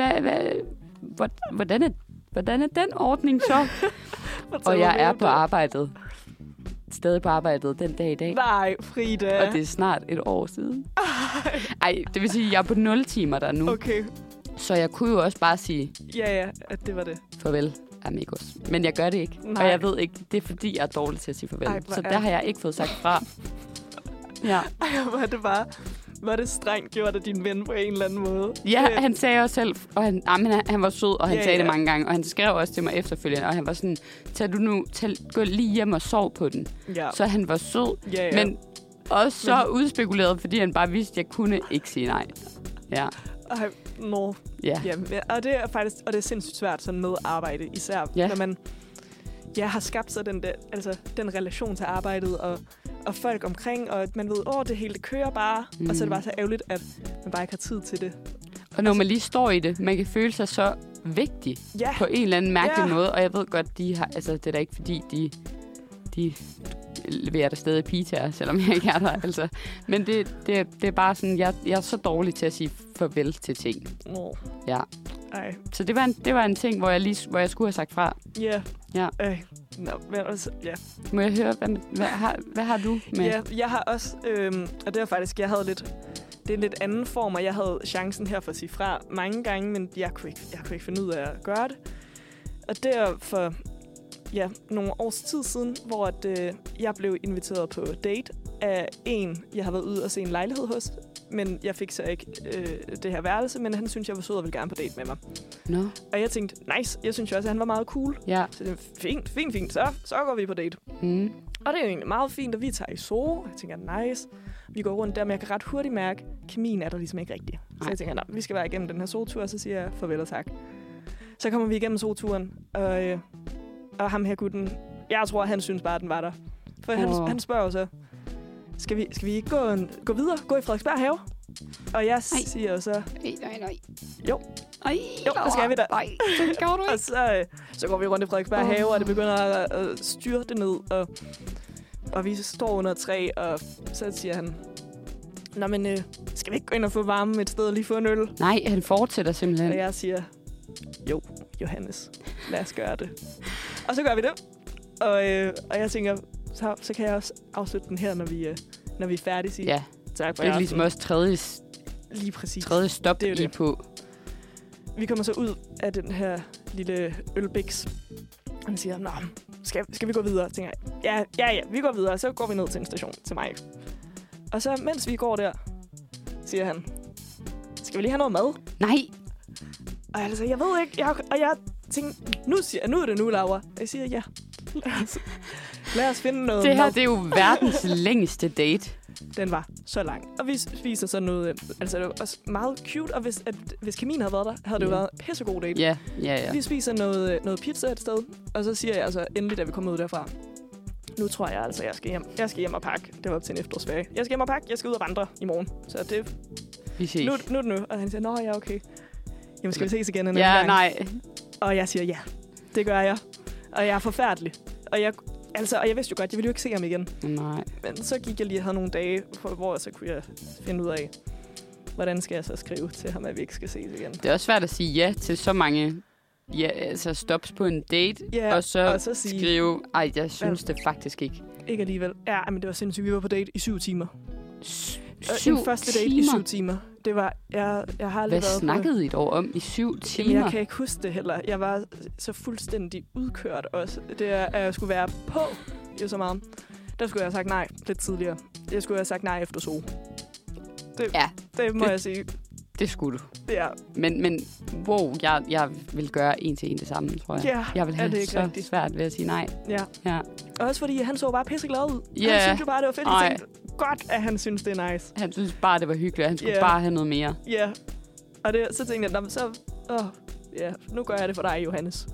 Hvordan er den ordning så? Og jeg er på arbejdet. Stadig på arbejdet den dag i dag. Nej, Frida. Og det er snart et år siden. Ej, det vil sige, at jeg er på 0 timer der nu. Okay. Så jeg kunne jo også bare sige... Ja, at det var det. Farvel, amigos. Men jeg gør det ikke. Nej. Og jeg ved ikke, det er fordi, jeg er dårlig til at sige farvel. Så der har jeg ikke fået sagt fra. Ja. Ej, var det strengt gjort af din ven på en eller anden måde? Ja, han sagde også selv, og han var sød, og han sagde det mange gange, og han skrev også til mig efterfølgende, og han var sådan, gå lige hjem og sov på den. Ja. Så han var sød, men også så udspekuleret, fordi han bare vidste, at jeg kunne ikke sige nej. Ja. Ej, no. Ja. Og det er faktisk, og det er sindssygt svært sådan med arbejde, især når man har skabt sig den relation til arbejdet, og folk omkring, og man ved, det hele det kører bare, og så er det bare så ærgerligt, at man bare ikke har tid til det. Og når man lige står i det, man kan føle sig så vigtig på en eller anden mærkelig måde, og jeg ved godt, det er da ikke fordi, de leverer der stadig pizzaer, selvom jeg ikke er der. Men det er bare sådan, jeg er så dårlig til at sige farvel til ting. Ja. Ej. Så det var en ting, hvor jeg skulle have sagt fra. Yeah. Ja. Må jeg høre, hvad har du med? Ja, jeg har også, og det var faktisk, det er en lidt anden form, og jeg havde chancen her for at sige fra mange gange, men jeg kunne ikke finde ud af at gøre det. Og det er for nogle års tid siden, hvor jeg blev inviteret på date af en, jeg har været ude og se en lejlighed hos, men jeg fik så ikke det her værelse, men han synes, jeg var sød og ville gerne på date med mig. No. Og jeg tænkte, nice, jeg synes jo også, at han var meget cool. Ja. Så det er fint, så går vi på date. Mm. Og det er jo egentlig meget fint, at vi tager i zoo. Jeg tænker, nice. Vi går rundt der, men jeg kan ret hurtigt mærke, at kemien er der ligesom ikke rigtig. Så jeg tænker, vi skal være igennem den her zootur, og så siger jeg farvel og tak. Så kommer vi igennem zooturen, og ham her gutten, jeg tror, han synes bare, at den var der. For han spørger så, skal vi ikke gå videre? Gå i Frederiksberg Have? Og jeg siger så... Nej. Jo, det skal vi da. Nej, det gør du ikke. Og så går vi rundt i Frederiksberg Have, og det begynder at styrte ned, og vi står under et træ, og så siger han... Nå, men skal vi ikke gå ind og få varme et sted og lige få en øl? Nej, han fortsætter simpelthen. Og jeg siger, jo, Johannes, lad os gøre det. Og så gør vi det. Og jeg tænker, så kan jeg også afslutte den her, når vi er færdige. Sige, ja, tak for det er ligesom også tredje stop det lige på. Vi kommer så ud af den her lille ølbiks. Og han siger, nå, skal vi gå videre? Jeg tænker, ja, vi går videre. Så går vi ned til en station til mig. Og så, mens vi går der, siger han, skal vi lige have noget mad? Nej. Og altså, jeg ved ikke. Jeg tænker, nu er det nu, Laura. Og jeg siger, ja. Lad os finde noget det her, mad. det er jo verdens længste date. Den var så lang. Og vi spiser så noget, altså det var også meget cute. Og hvis kemien havde været der, havde det jo været en pissegod date. Ja. Vi spiser noget pizza et sted. Og så siger jeg altså endelig, da vi kommer ud derfra, nu tror jeg altså, jeg skal hjem. Jeg skal hjem og pakke. Det var op til en efterårsferie. Jeg skal hjem og pakke. Jeg skal ud og vandre i morgen. Så det... Vi ses. Nu. Og han siger, nå ja, okay. Jamen, skal vi ses igen en anden Ja, gang? nej. Og jeg siger, ja, det gør jeg. Og jeg er forfærdelig. Og jeg vidste jo godt, jeg ville jo ikke se ham igen. Nej. Men så gik jeg lige og havde nogle dage, hvor så kunne jeg finde ud af, hvordan skal jeg så skrive til ham, at vi ikke skal ses igen. Det er også svært at sige ja til så mange stops på en date, og så sige, skrive, jeg synes det faktisk ikke. Ikke alligevel. Ja, men det var sindssygt. Vi var på date i 7 timer. 7 en første date i 7 timer. Det var, jeg har aldrig Hvad været snakkede I dog om i 7 timer? Jamen, jeg kan ikke huske det heller. Jeg var så fuldstændig udkørt også. Det er, at jeg skulle være på jo så meget. Der skulle jeg have sagt nej lidt tidligere. Jeg skulle have sagt nej efter zoo. Det må jeg sige. Det skulle du. Ja. Men wow, jeg vil gøre en til en det samme, tror jeg. Ja, jeg vil have det så rigtigt. svært ved at sige nej. Ja. Og også fordi han så bare pisseglad ud. Ja. Han synes jo bare, det var fedt. Jeg tænkte, godt, at han synes, det er nice. Han synes bare, det var hyggeligt. Han skulle bare have noget mere. Ja. Og så tænkte jeg, nu gør jeg det for dig, Johannes.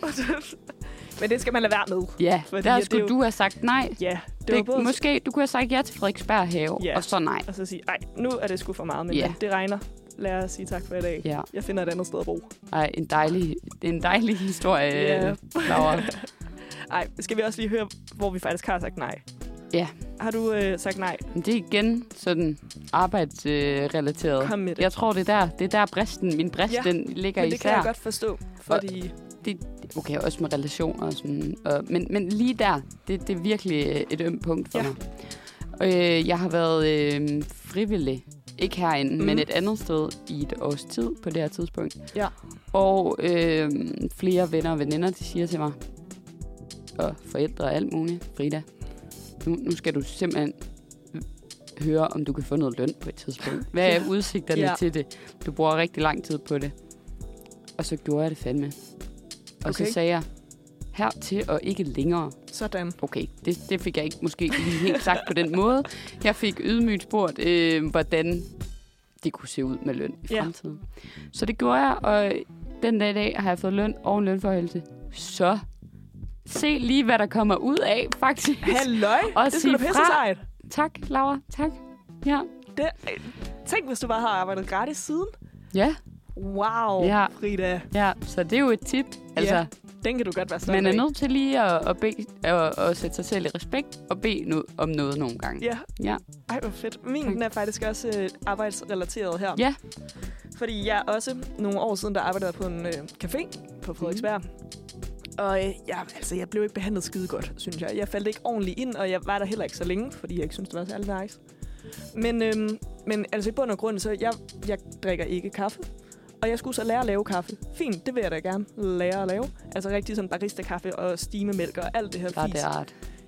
Men det skal man lade være med. Ja, der skulle du have sagt nej. Ja, måske du kunne have sagt ja til Frederiksberg Have, og så nej. Og så sige, nu er det sgu for meget, men det regner. Lad os sige tak for i dag. Ja. Jeg finder et andet sted at bo. Ej, en dejlig historie, Laura. Ej, skal vi også lige høre, hvor vi faktisk har sagt nej? Ja. Har du sagt nej? Det er igen sådan arbejdsrelateret. Kom med det. Jeg tror, det er der min brist den ligger især. Men det kan jeg godt forstå, fordi... Okay, også med relationer og sådan. Men lige der, det er virkelig et ømt punkt for mig. Jeg har været frivillig. Ikke herinde, men et andet sted i et års tid på det her tidspunkt. Ja. Og flere venner og veninder, de siger til mig, og forældre og alt muligt, Frida, nu skal du simpelthen høre, om du kan få noget løn på et tidspunkt. Hvad er udsigterne til det? Du bruger rigtig lang tid på det. Og så gjorde jeg det fandme. Og så sagde jeg, hertil og ikke længere. Sådan. Okay, det fik jeg ikke måske lige helt sagt på den måde. Jeg fik ydmygt spurgt, hvordan det kunne se ud med løn i fremtiden. Så det gjorde jeg, og den dag i dag har jeg fået løn og en lønforhøjelse. Så se lige, hvad der kommer ud af, faktisk. Halløj, og det skulle da pisse sejt. Tak, Laura. Tak. Ja. Tænk, hvis du bare har arbejdet gratis siden. Ja. Wow, Frida. Ja, så det er jo et tip. Altså, den kan du godt være stolt af. Man er nødt til lige at sætte sig selv i respekt og bede om noget nogle gange. Ja. Ej, hvor fedt. Min er faktisk også arbejdsrelateret her. Ja. Fordi jeg også nogle år siden, der arbejdede på en café på Frederiksberg. Og jeg blev ikke behandlet skide godt, synes jeg. Jeg faldt ikke ordentligt ind, og jeg var der heller ikke så længe, fordi jeg ikke synes det var særlig nice. Men altså i bund og grund, så jeg drikker ikke kaffe. Og jeg skulle så lære at lave kaffe. Fint, det vil jeg da gerne lære at lave. Altså rigtig sådan barista-kaffe og stememælk og alt det her fis.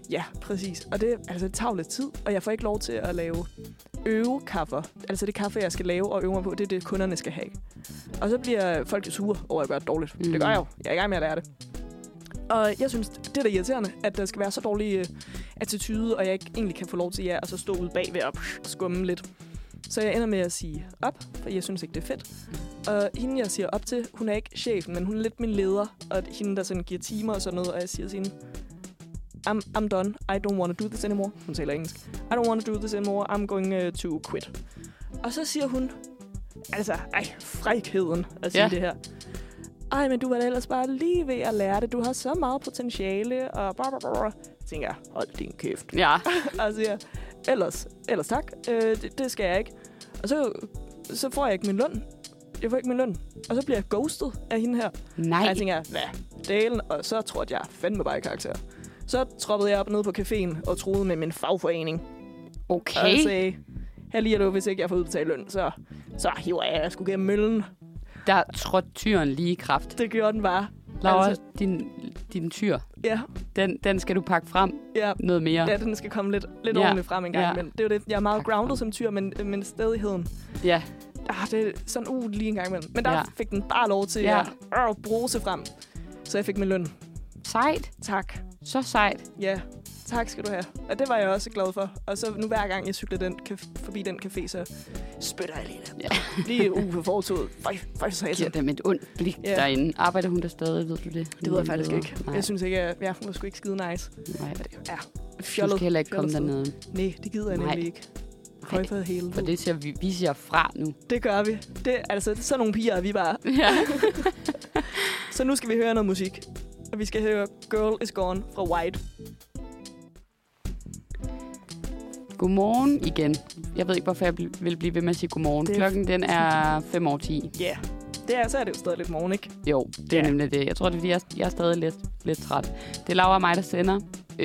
Ja, præcis. Og det tager lidt tid, og jeg får ikke lov til at lave øvekaffer. Altså det kaffe, jeg skal lave og øve mig på, det er det, kunderne skal have. Og så bliver folk jo sure over, at jeg gør det dårligt. Det gør jeg jo. Jeg er i gang med at lære det. Og jeg synes, det er da irriterende, at der skal være så dårlig attitude, og jeg ikke egentlig kan få lov til at så stå ude bagved og skumme lidt. Så jeg ender med at sige op, for jeg synes ikke, det er fedt. Og hende, jeg siger op til, hun er ikke chefen, men hun er lidt min leder. Og hende, der sådan giver timer og sådan noget, og jeg siger til hende, I'm done. I don't want to do this anymore. Hun taler engelsk. I don't want to do this anymore. I'm going to quit. Og så siger hun, frækheden at sige det her. Ej, men du var da ellers bare lige ved at lære det. Du har så meget potentiale, og blablabla. Så tænker jeg, hold din kæft. Ja. Og siger, ellers tak. Det skal jeg ikke. Og så får jeg ikke min løn. Jeg får ikke min løn. Og så bliver jeg ghostet af hende her. Nej. Og jeg tænker, hvad dalen? Og så tror jeg fandme bare i karakter. Så troppede jeg op nede på caféen og troede med min fagforening. Okay. Og jeg sagde, her lige er du, hvis ikke jeg får udbetalt løn, så hiver jeg sgu gennem møllen. Der trådte tyren lige i kraft. Det gjorde den bare. Laura, din tyr, den skal du pakke frem noget mere. Ja, den skal komme lidt ordentligt frem en gang. Men det er jo det. Jeg er meget grounded som tyr, men stedigheden. Ja. Det er sådan lige en gang imellem. Men der fik den bare lov til at bruse frem. Så jeg fik min løn. Sejt. Tak. Så sejt. Ja, tak skal du have. Og det var jeg også glad for. Og så nu hver gang jeg cykler forbi den café, så spytter jeg lige der. Lige på fortoget. Giver dem et ondt blik derinde. Arbejder hun der stadig, ved du det? Det ved jeg faktisk ikke. Nej. Jeg synes ikke, at hun var sgu ikke skide nice. Nej. Fjollet. Du skal heller ikke komme dernede. Nej, det gider jeg nemlig ikke. For helvede. For det siger vi siger fra nu. Det gør vi. Sådan nogle piger er vi bare. Ja. Så nu skal vi høre noget musik. Og vi skal høre Girl Is Gone fra White. Godmorgen igen. Jeg ved ikke, hvorfor jeg vil blive ved med at sige godmorgen. Klokken den er 5:10. Ja, så er det jo stadig lidt morgen, ikke? Jo, det er nemlig det. Jeg tror, det er, fordi jeg er stadig lidt træt. Det er Laura og mig, der sender.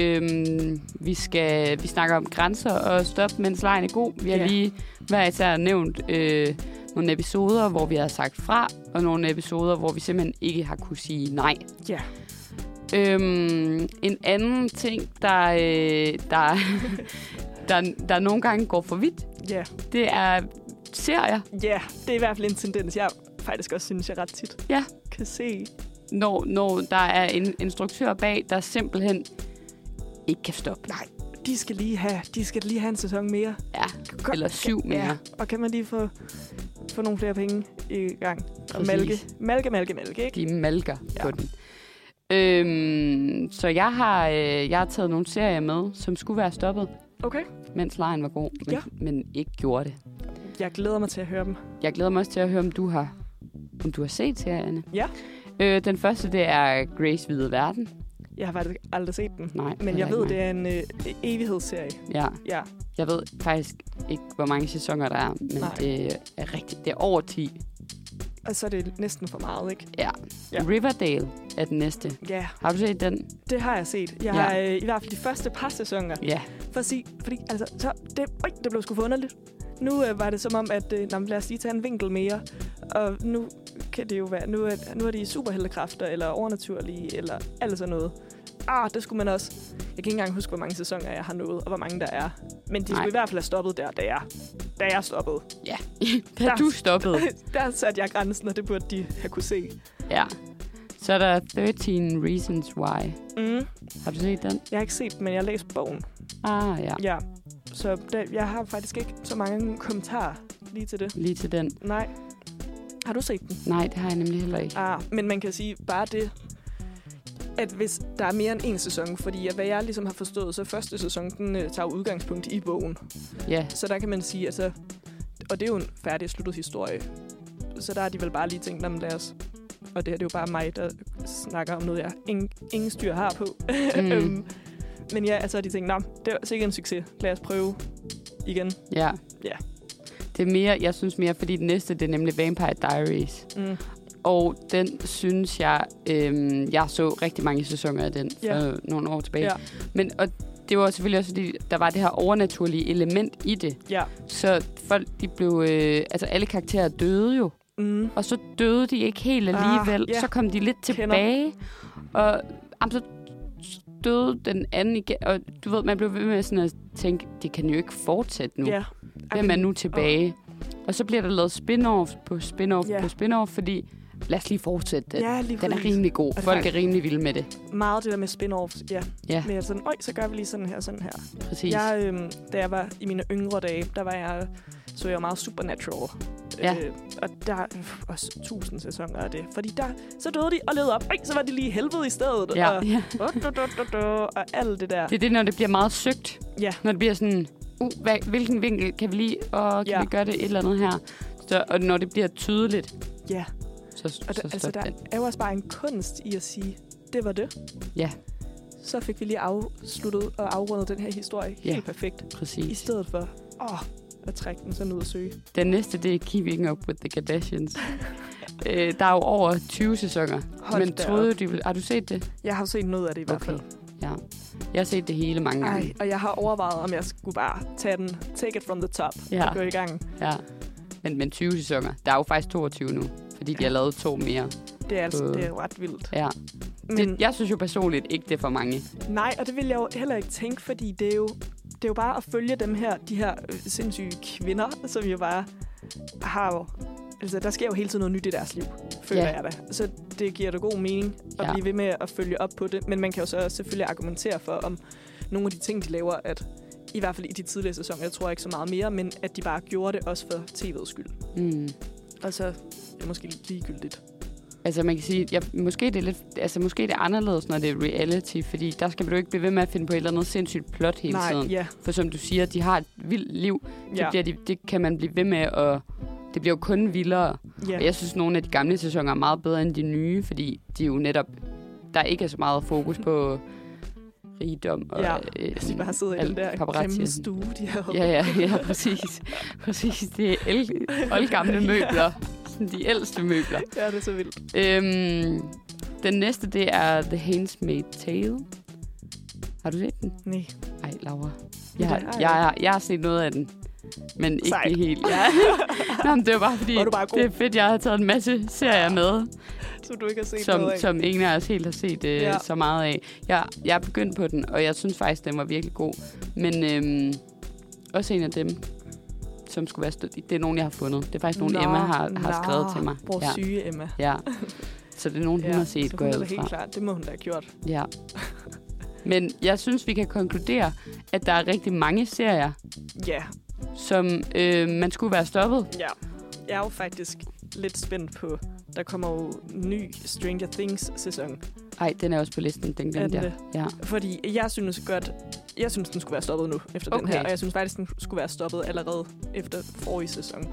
Vi snakker om grænser og stop, mens lejen er god. Vi har lige hver især nævnt nogle episoder, hvor vi har sagt fra, og nogle episoder, hvor vi simpelthen ikke har kunne sige nej. Ja. En anden ting, der nogle gange går for vidt, det er serier. Ja, det er i hvert fald en tendens, jeg faktisk også synes, jeg ret tit kan se. Når der er en instruktør bag, der simpelthen ikke kan stoppe. Nej, de skal lige have en sæson mere. Ja, eller 7 mere. Ja. Og kan man lige få nogle flere penge i gang. Og malke, ikke? De malker på den. Så jeg har taget nogle serier med, som skulle være stoppet. Okay. Mens lejen var god, men ikke gjorde det. Jeg glæder mig til at høre dem. Jeg glæder mig også til at høre, om du har set serierne. Ja. Den første, det er Grace Hvide Verden. Jeg har faktisk aldrig set den. Nej, men jeg ved, det er en evighedsserie. Ja. Jeg ved faktisk ikke, hvor mange sæsoner der er, men det er rigtigt. Det er over 10. Og så er det næsten for meget, ikke? Ja. Riverdale er den næste. Ja. Har du set den? Det har jeg set. Jeg har i hvert fald de første par sæsoner. Ja. Fordi det blev sgu for underligt. Nu var det som om, at lad os lige tage en vinkel mere. Og nu kan det jo være, nu er de superheltekræfter, eller overnaturlige, eller alt sådan noget. Det skulle man også. Jeg kan ikke engang huske, hvor mange sæsoner jeg har nået, og hvor mange der er. Men de skulle i hvert fald have stoppet da jeg stoppede. Ja, du stoppede. Der satte jeg grænsen, og det burde de have kunne se. Ja. Så er der 13 Reasons Why. Har du set den? Jeg har ikke set den, men jeg har læst bogen. Ja. Så jeg har faktisk ikke så mange kommentarer lige til det. Lige til den? Nej. Har du set den? Nej, det har jeg nemlig heller ikke. Men man kan sige bare det, at hvis der er mere end en sæson, fordi hvad jeg ligesom har forstået, så første sæson, den tager udgangspunkt i bogen. Ja. Så der kan man sige, altså, og det er jo en færdig sluttet historie, så der er de vel bare lige tænkt, lad os, og det her det er jo bare mig, der snakker om noget, jeg ingen styr har på. Men ja, altså de tænkte, det er sikkert en succes, lad os prøve igen. Ja. Ja. Det er mere, jeg synes mere, fordi den næste, det er nemlig Vampire Diaries. Og den synes jeg, jeg så rigtig mange sæsoner af den for nogle år tilbage. Ja. Og det var selvfølgelig også, fordi der var det her overnaturlige element i det. Ja. Så folk, de blev, alle karakterer døde jo. Og så døde de ikke helt alligevel. Så kom de lidt tilbage. Og døde den anden igen, og du ved, man blev ved med sådan at tænke, det kan jo ikke fortsætte nu. Ja. Hvem er nu tilbage? Og så bliver der lavet spin-off på spin-off på spin-off, fordi lad os lige fortsætte den. Ja, den er rimelig god. Folk er rimelig vilde med det. Meget det der med spin-offs, ja. Men sådan, så gør vi lige sådan her. Præcis. Da jeg var i mine yngre dage, så jeg meget Supernatural. Ja. Og der er også 1000 sæsoner af det. Fordi så døde de og levede op. Så var de lige i helvede i stedet. Ja. Og alt det der. Det er det, når det bliver meget søgt. Ja. Når det bliver sådan, hvilken vinkel kan vi lide, og kan vi gøre det et eller andet her. Og når det bliver tydeligt. Ja. Så altså, der er jo også bare en kunst i at sige, det var det. Ja. Så fik vi lige afsluttet og afrundet den her historie helt perfekt. Præcis. I stedet for, at trække den sådan ud og søge. Den næste, det er Keeping Up with the Kardashians. Der er jo over 20 sæsoner. Men troede du, har du set det? Jeg har set noget af det i hvert fald. Ja. Jeg har set det hele mange gange. Og jeg har overvejet, om jeg skulle bare take it from the top og gå i gang. Ja. Men 20 sæsoner. Der er jo faktisk 22 nu, fordi de har lavet 2 mere. Det er det er ret vildt. Ja. Jeg synes jo personligt ikke, det er for mange. Nej, og det vil jeg jo heller ikke tænke, fordi det er jo bare at følge de her sindssyge kvinder, som jo bare har jo... Altså, der sker jo hele tiden noget nyt i deres liv, føler jeg da. Så det giver da god mening at blive ved med at følge op på det. Men man kan jo så selvfølgelig argumentere for, om nogle af de ting, de laver, at i hvert fald i de tidligere sæsoner, jeg tror ikke så meget mere, men at de bare gjorde det også for tv'ets skyld. Og så er det måske lidt ligegyldigt. Altså man kan sige, måske det er anderledes, når det er reality, fordi der skal du ikke blive ved med at finde på et eller andet sindssygt plot hele tiden. Ja. For som du siger, de har et vildt liv, så det kan man blive ved med, og det bliver jo kun vildere. Ja. Og jeg synes, nogle af de gamle sæsoner er meget bedre end de nye, fordi de jo netop, der ikke er så meget fokus på rigdom og de bare sidder i den der grimme stue, de havde. Ja, præcis. Det er oldgamle møbler. De ældste møbler. Ja, det er så vildt. Den næste, det er The Handmaid's Tale. Har du set den? Nej. Ej, Laura. Jeg har set noget af den, men ikke det helt. Nå, men det var bare fordi, det er fedt, jeg har taget en masse serier med. Som du ikke har set noget af. Som ingen af os helt har set så meget af. Jeg er begyndt på den, og jeg synes faktisk, den var virkelig god. Men også en af dem, som skulle være det er nogen, jeg har fundet. Det er faktisk nogen, Emma har skrevet til mig. Vores syge Emma. Ja. Så det er nogen, hun har set, går jeg ud fra. Helt klart. Det må hun da have gjort. Ja. Men jeg synes, vi kan konkludere, at der er rigtig mange serier, som man skulle være stoppet. Ja. Jeg er jo faktisk lidt spændt på, der kommer jo ny Stranger Things-sæson. Ej, den er også på listen, den glemte jeg. Ja. Fordi jeg synes, den skulle være stoppet nu, efter den her. Og jeg synes faktisk, den skulle være stoppet allerede efter forrige sæson.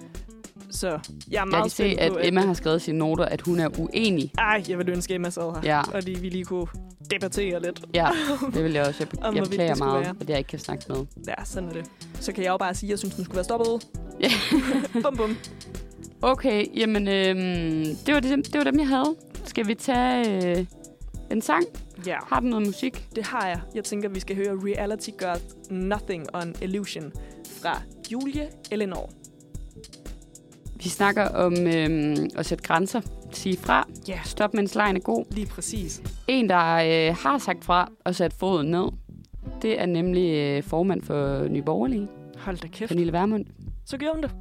Så jeg er meget spændt på... Jeg kan se, at Emma har skrevet sine noter, at hun er uenig. Jeg vil ønske, Emma sad her. Ja. Og vi lige kunne debattere lidt. Ja, det vil jeg også. Jeg beklager meget, at jeg ikke kan snakke med. Ja, sådan er det. Så kan jeg jo bare sige, at jeg synes, den skulle være stoppet. Ja. Bum. Okay, jamen, det var dem, jeg havde. Skal vi tage en sang? Ja. Har du noget musik? Det har jeg. Jeg tænker, vi skal høre Reality Got Nothing on Illusion fra Julie Eleanor. Vi snakker om at sætte grænser. Sige fra. Stop, mens lejen er god. Lige præcis. En, der har sagt fra og sat foden ned, det er nemlig formand for Nye Borgerlige. Hold da kæft. Pernille Vermund. Så gjorde hun det.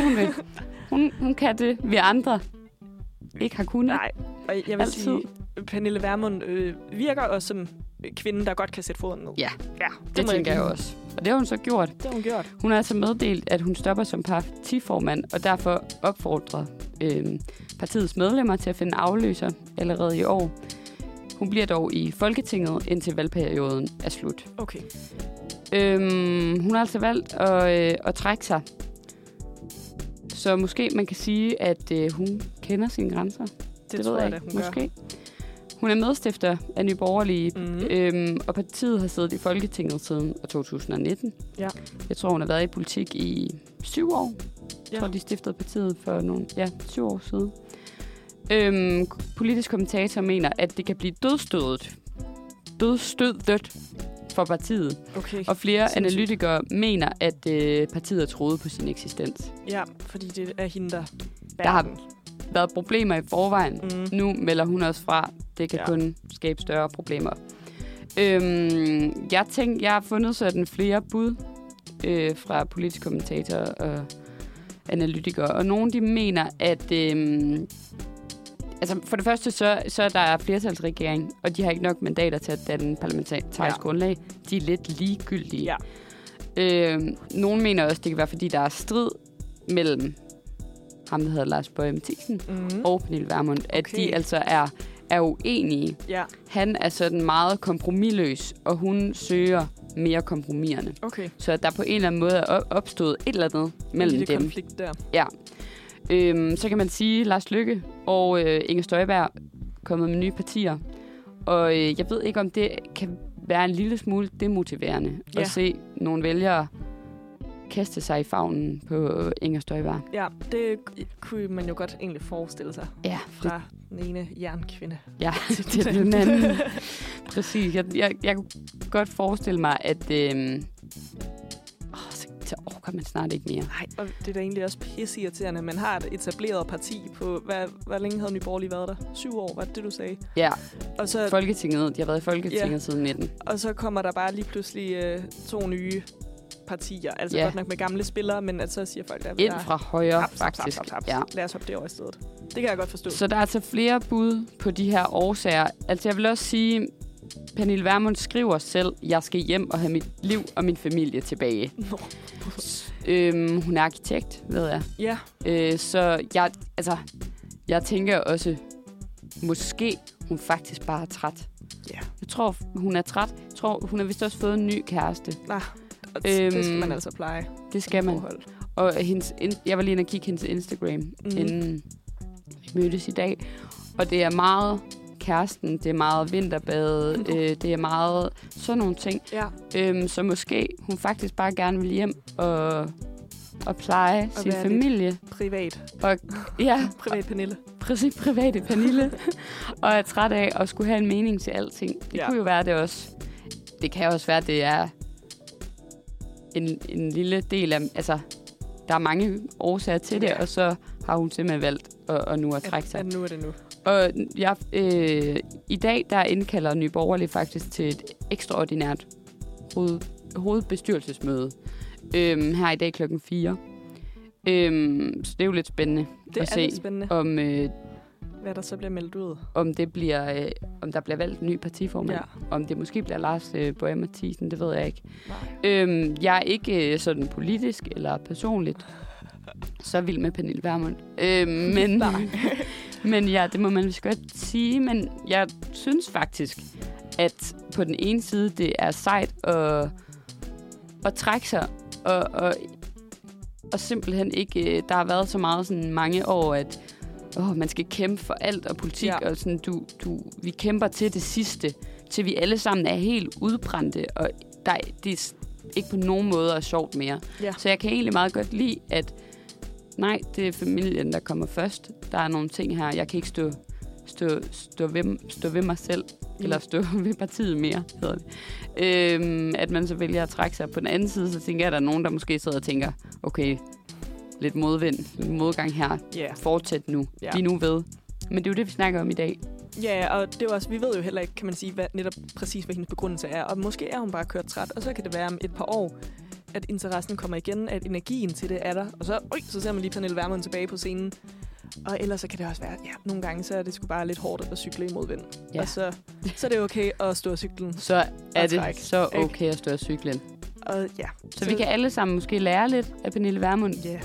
Hun kan det, vi andre ikke har kunnet. Nej, og jeg vil sige, Pernille Vermund virker også som kvinde, der godt kan sætte foden ned. Ja, det tænker jeg også. Og det har hun så gjort. Hun har altså meddelt, at hun stopper som partiformand, og derfor opfordrer partiets medlemmer til at finde afløser allerede i år. Hun bliver dog i Folketinget, indtil valgperioden er slut. Okay. Hun har altså valgt at trække sig. Så måske man kan sige, at hun kender sine grænser. Det ved jeg, hun måske gør. Hun er medstifter af Nye Borgerlige, og partiet har siddet i Folketinget siden 2019. Ja. Jeg tror, hun har været i politik i 7 år. Jeg tror, de stiftede partiet for 7 år siden. Politisk kommentator mener, at det kan blive dødstødet for partiet. Okay. Og flere analytikere mener, at partiet er troet på sin eksistens. Ja, fordi det er hende, der har været problemer i forvejen. Nu melder hun også fra. Det kan kun skabe større problemer. Jeg har fundet sådan flere bud fra politiske kommentatorer og analytikere, og nogle de mener, at for det første, så er der flertalsregering, og de har ikke nok mandater til at danne parlamentarisk grundlag. De er lidt ligegyldige. Ja. Nogle mener også, det kan være, fordi der er strid mellem ham, der hedder Lars Boje Mathiesen, og Pernille Vermund, at de altså er uenige. Ja. Han er sådan meget kompromisløs, og hun søger mere kompromiserne. Okay. Så der på en eller anden måde er opstået et eller andet mellem dem. Konflikt der. Ja. Så kan man sige, Lars Løkke og Inger Støjberg kommet med nye partier. Og jeg ved ikke, om det kan være en lille smule demotiverende at se nogle vælgere kaste sig i favnen på Inger Støjberg. Ja, det kunne man jo godt egentlig forestille sig. Ja. Fra den ene jernkvinde. Ja, til den anden. Præcis. Jeg kunne godt forestille mig, at så orker man snart ikke mere. Nej, og det er da egentlig også pisseirriterende. Man har et etableret parti på, hvor længe havde Nye Borgerlige været der? 7 år, var det du sagde? Ja, og så, Folketinget. De har været i Folketinget siden 19. Og så kommer der bare lige pludselig 2 nye partier. Altså godt nok med gamle spillere, men at så siger folk, der ind fra højre, faktisk. Ja. Lad os hoppe det over i stedet. Det kan jeg godt forstå. Så der er altså flere bud på de her årsager. Altså jeg vil også sige, Pernille Vermund skriver selv, jeg skal hjem og have mit liv og min familie tilbage. Hun er arkitekt, ved jeg. Ja. Så jeg tænker også, måske hun faktisk bare er træt. Ja. Jeg tror, hun er træt. Jeg tror, hun har vist også fået en ny kæreste. Det skal man altså pleje. Det skal man. Og jeg var lige inde og kigge hendes Instagram, inden vi mødtes i dag. Og det er meget kæresten, det er meget vinterbade, det er meget sådan nogle ting. Ja. Så måske hun faktisk bare gerne vil hjem og pleje sin familie. Privat. Og, ja. Privat Pernille. Præcis, private Pernille. Og er træt af at skulle have en mening til alting. Det kunne jo være det også. Det kan også være, det er en lille del af... Altså, der er mange årsager til det, og så har hun simpelthen valgt at nu at trække sig. Nu er det nu. Og i dag, der indkalder Nye Borgerlige faktisk til et ekstraordinært hovedbestyrelsesmøde her i dag 4:00. Så det er jo lidt spændende at se, om hvad der så bliver meldt ud. Om der bliver valgt en ny partiformand. Ja. Om det måske bliver Lars Boje Mathiesen, det ved jeg ikke. Jeg er ikke sådan politisk eller personligt så vild med Pernille Vermund. Men ja, det må man vist godt sige. Men jeg synes faktisk, at på den ene side, det er sejt at trække sig og simpelthen ikke... Der har været så meget sådan mange år, at man skal kæmpe for alt og politik, og sådan, vi kæmper til det sidste, til vi alle sammen er helt udbrændte, og det er ikke på nogen måde er sjovt mere. Ja. Så jeg kan egentlig meget godt lide, at nej, det er familien, der kommer først. Der er nogle ting her, jeg kan ikke stå ved mig selv, eller stå ved partiet mere, hedder det. At man så vælger at trække sig. På den anden side, så tænker jeg, at der er nogen, der måske sidder og tænker, okay, lidt modvind, lidt modgang her. Yeah. Fortsæt nu. Yeah. Bliv nu ved. Men det er jo det, vi snakker om i dag. Ja, og det er også, vi ved jo heller ikke, kan man sige, netop præcis, hvad hendes begrundelse er. Og måske er hun bare kørt træt, og så kan det være om et par år, at interessen kommer igen, at energien til det er der. Og så ser man lige Pernille Vermund tilbage på scenen. Og ellers så kan det også være, nogle gange så er det sgu bare lidt hårdt at cykle i modvind. Ja. Og så er det okay at stå af cyklen. Så er det så okay at stå af cyklen. Og ja. Så vi kan alle sammen måske lære lidt af Pernille Vermund. Ja.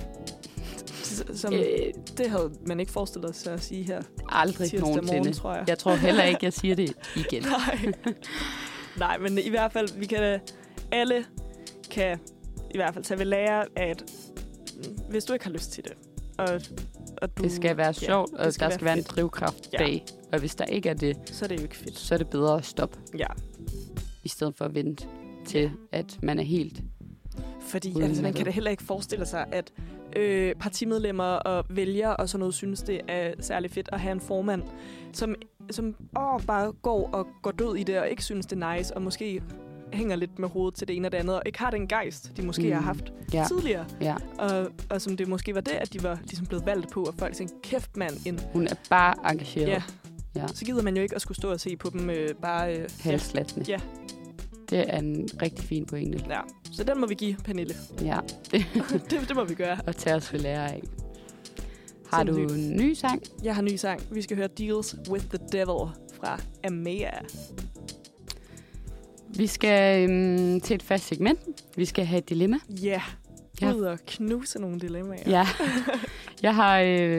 Det havde man ikke forestillet sig at sige her. Aldrig nogensinde. Morgen, tror jeg. Jeg tror heller ikke, jeg siger det igen. Nej, men i hvert fald, alle kan i hvert fald tage ved lære, at hvis du ikke har lyst til det, og du, det skal være sjovt, og der skal være en drivkraft bag. Og hvis der ikke er det, så er det jo ikke fedt. Så er det bedre at stoppe. Ja. I stedet for at vente til, at man er helt... Fordi man kan da heller ikke forestille sig, at partimedlemmer og vælgere og sådan noget synes, det er særlig fedt at have en formand, som bare går død i det, og ikke synes, det er nice, og måske hænger lidt med hovedet til det ene og det andet, og ikke har den gejst, de måske har haft tidligere. Ja. Og som det måske var det, at de var ligesom blevet valgt på, og folk tænkte, kæft mand, hun er bare engageret. Ja. Ja. Så gider man jo ikke at skulle stå og se på dem bare... halvslattende. Ja. Det er en rigtig fin pointe. Ja, så den må vi give Pernille. Ja. det må vi gøre. Og tage os ved lære af. Har du en ny sang? Jeg har en ny sang. Vi skal høre Deals with the Devil fra Amaya. Vi skal til et fast segment. Vi skal have et dilemma. Ja, ud og knuse nogle dilemmaer. Ja, jeg har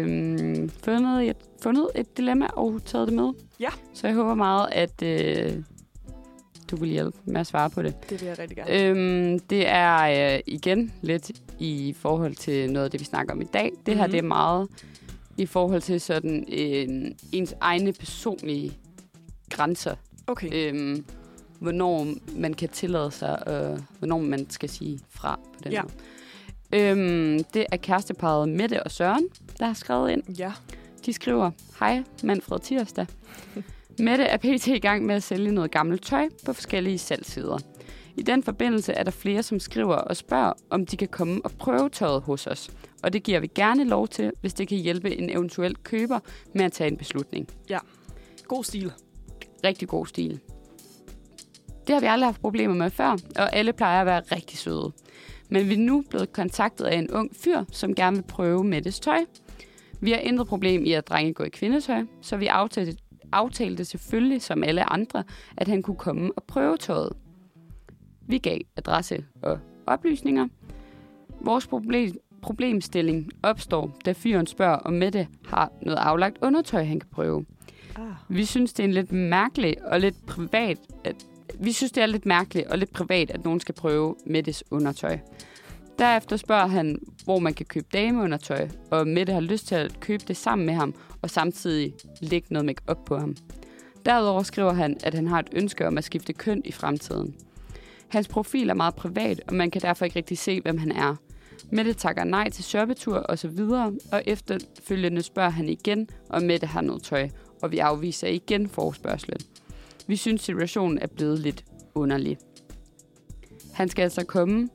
fundet et dilemma og taget det med. Ja. Så jeg håber meget, at du vil hjælpe med at svare på det. Det vil jeg rigtig gerne. Det er igen lidt i forhold til noget af det, vi snakker om i dag. Det her det er meget i forhold til sådan ens egne personlige grænser. Okay. Hvornår man kan tillade sig, og hvornår man skal sige fra på den måde. Det er kæresteparret Mette og Søren, der har skrevet ind. Ja. De skriver, hej Manfred Tirsdag. Mette er pt. I gang med at sælge noget gammelt tøj på forskellige salgssider. I den forbindelse er der flere, som skriver og spørger, om de kan komme og prøve tøjet hos os. Og det giver vi gerne lov til, hvis det kan hjælpe en eventuel køber med at tage en beslutning. Ja, god stil. Rigtig god stil. Det har vi aldrig haft problemer med før, og alle plejer at være rigtig søde. Men vi er nu blevet kontaktet af en ung fyr, som gerne vil prøve Mettes tøj. Vi har intet problem i at drenge går i kvindetøj, så vi aftalte selvfølgelig, som alle andre, at han kunne komme og prøve tøjet. Vi gav adresse og oplysninger. Vores problemstilling opstår, da fyren spørger, om Mette har noget aflagt undertøj, han kan prøve. Vi synes, det er lidt mærkeligt og lidt privat, at nogen skal prøve Mettes undertøj. Derefter spørger han, hvor man kan købe dameundertøj, og Mette har lyst til at købe det sammen med ham, og samtidig lægge noget make-up på ham. Derudover skriver han, at han har et ønske om at skifte køn i fremtiden. Hans profil er meget privat, og man kan derfor ikke rigtig se, hvem han er. Mette takker nej til shoppetur og så videre, og efterfølgende spørger han igen, om Mette har noget tøj, og vi afviser igen forespørgslen. Vi synes, situationen er blevet lidt underlig. Han skal altså komme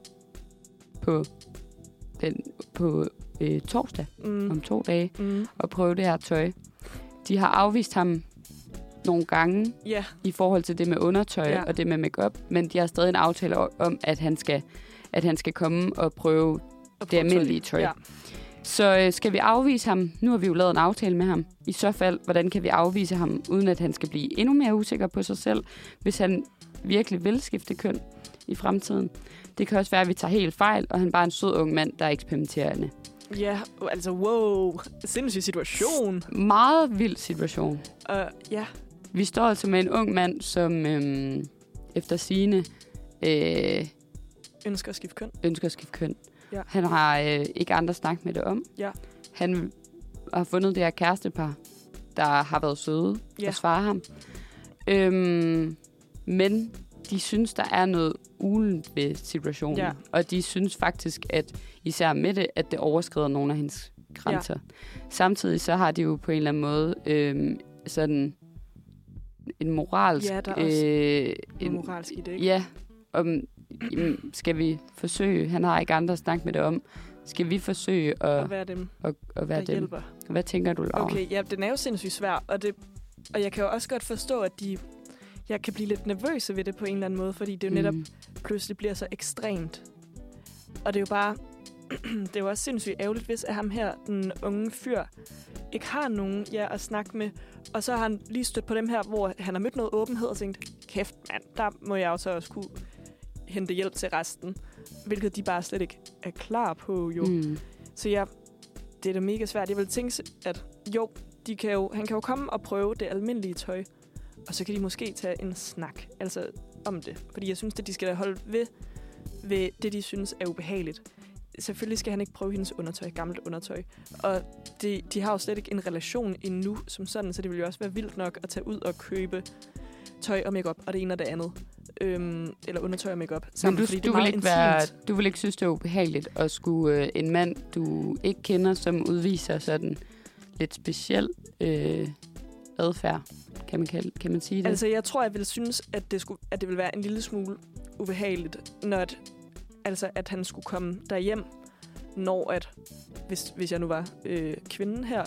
på torsdag om 2 dage og prøve det her tøj. De har afvist ham nogle gange i forhold til det med undertøj og det med makeup, men de har stadig en aftale om, at han skal komme og prøve det almindelige tøj. Ja. Så skal vi afvise ham? Nu har vi jo lavet en aftale med ham. I så fald, hvordan kan vi afvise ham, uden at han skal blive endnu mere usikker på sig selv, hvis han virkelig vil skifte køn i fremtiden? Det kan også være, at vi tager helt fejl, og han bare er en sød ung mand, der er eksperimenterende. Ja, altså wow. Sindssyg situation. Meget vild situation. Ja. Vi står altså med en ung mand, som efter sigende ønsker at skifte køn. Ja. Han har ikke andre snakket med det om. Ja. Han har fundet det her kærestepar, der har været søde og svarer ham. Men de synes, der er noget ulent ved situationen. Ja. Og de synes faktisk, at især med det, at det overskrider nogle af hendes grænser. Ja. Samtidig så har de jo på en eller anden måde sådan en moralsk... Ja, der er også en moralsk idé. Ja, skal vi forsøge... Han har ikke andre at snakke med det om. Skal vi forsøge at være dem? At være dem. Hjælper. Hvad tænker du, Laura? Okay, ja, den er jo sindssygt svær, og jeg kan jo også godt forstå, at jeg kan blive lidt nervøse ved det på en eller anden måde, fordi det jo netop pludselig bliver så ekstremt. Og det er jo bare... det er jo også sindssygt ærgerligt, hvis at ham her, den unge fyr, ikke har nogen at snakke med. Og så har han lige stødt på dem her, hvor han har mødt noget åbenhed og tænkt, kæft mand, der må jeg også kunne hente hjælp til resten. Hvilket de bare slet ikke er klar på, jo. Så det er da mega svært. Jeg vil tænke, at jo, han kan jo komme og prøve det almindelige tøj. Og så kan de måske tage en snak om det. Fordi jeg synes, at de skal holde ved det, de synes er ubehageligt. Selvfølgelig skal han ikke prøve hendes undertøj, gammelt undertøj. Og de har jo slet ikke en relation endnu som sådan, så det vil jo også være vildt nok at tage ud og købe tøj og makeup og det ene og det andet. Eller undertøj og makeup sammen, fordi det er meget intimt. Du vil ikke synes, det er ubehageligt at skulle en mand, du ikke kender, som udviser sådan lidt speciel adfærd, kan man sige det? Altså, jeg tror, jeg vil synes, at det vil være en lille smule ubehageligt, når at han skulle komme derhjem, når hvis jeg nu var kvinden her,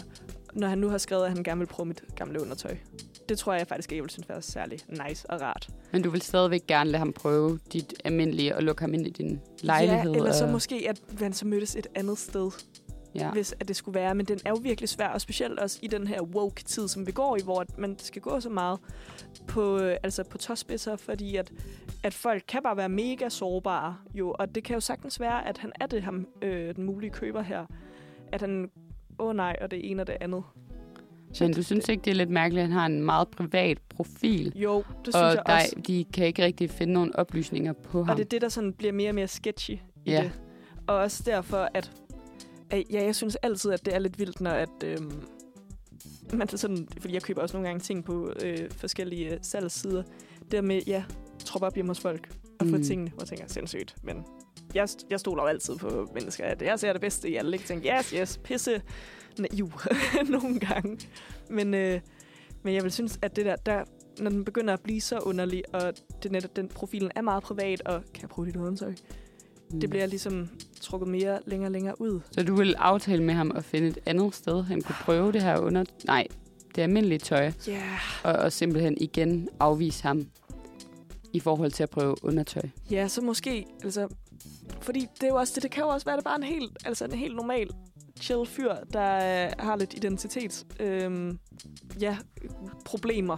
når han nu har skrevet, at han gerne vil prøve mit gamle undertøj. Det tror jeg faktisk, at jeg vil synes være særlig nice og rart. Men du vil stadigvæk gerne lade ham prøve dit almindelige og lukke ham ind i din lejlighed? Ja, eller så måske, at han så mødtes et andet sted. Ja. Hvis at det skulle være. Men den er jo virkelig svær, og specielt også i den her woke-tid, som vi går i, hvor man skal gå så meget på tåspidser, fordi at folk kan bare være mega sårbare. Jo, og det kan jo sagtens være, at han er det, den mulige køber her. At han, nej, og det ene og det andet. Men du synes ikke, det er lidt mærkeligt, at han har en meget privat profil? Jo, det synes jeg også. Og de kan ikke rigtig finde nogle oplysninger på ham. Og det er det, der sådan bliver mere og mere sketchy i det. Og også derfor, at jeg synes altid, at det er lidt vildt, når man sådan, fordi jeg køber også nogle gange ting på forskellige salgssider. Der med, troppe op hjemme hos folk og få tingene, hvor jeg tænker, sindssygt. Men jeg stoler jo altid på mennesker, at jeg ser det bedste i alle. Jeg tænker, yes, pisse naiv nogle gange. Men jeg vil synes, at det der, når den begynder at blive så underlig, og det netop, den profilen er meget privat, og kan jeg prøve dit undertøj? Det bliver ligesom trukket længere ud. Så du vil aftale med ham at finde et andet sted, han kunne prøve det her det almindelige tøj. Og simpelthen igen afvise ham i forhold til at prøve undertøj. Ja, så måske, fordi det er jo også det kan jo også være, det bare en helt normal chill fyr, der har lidt problemer.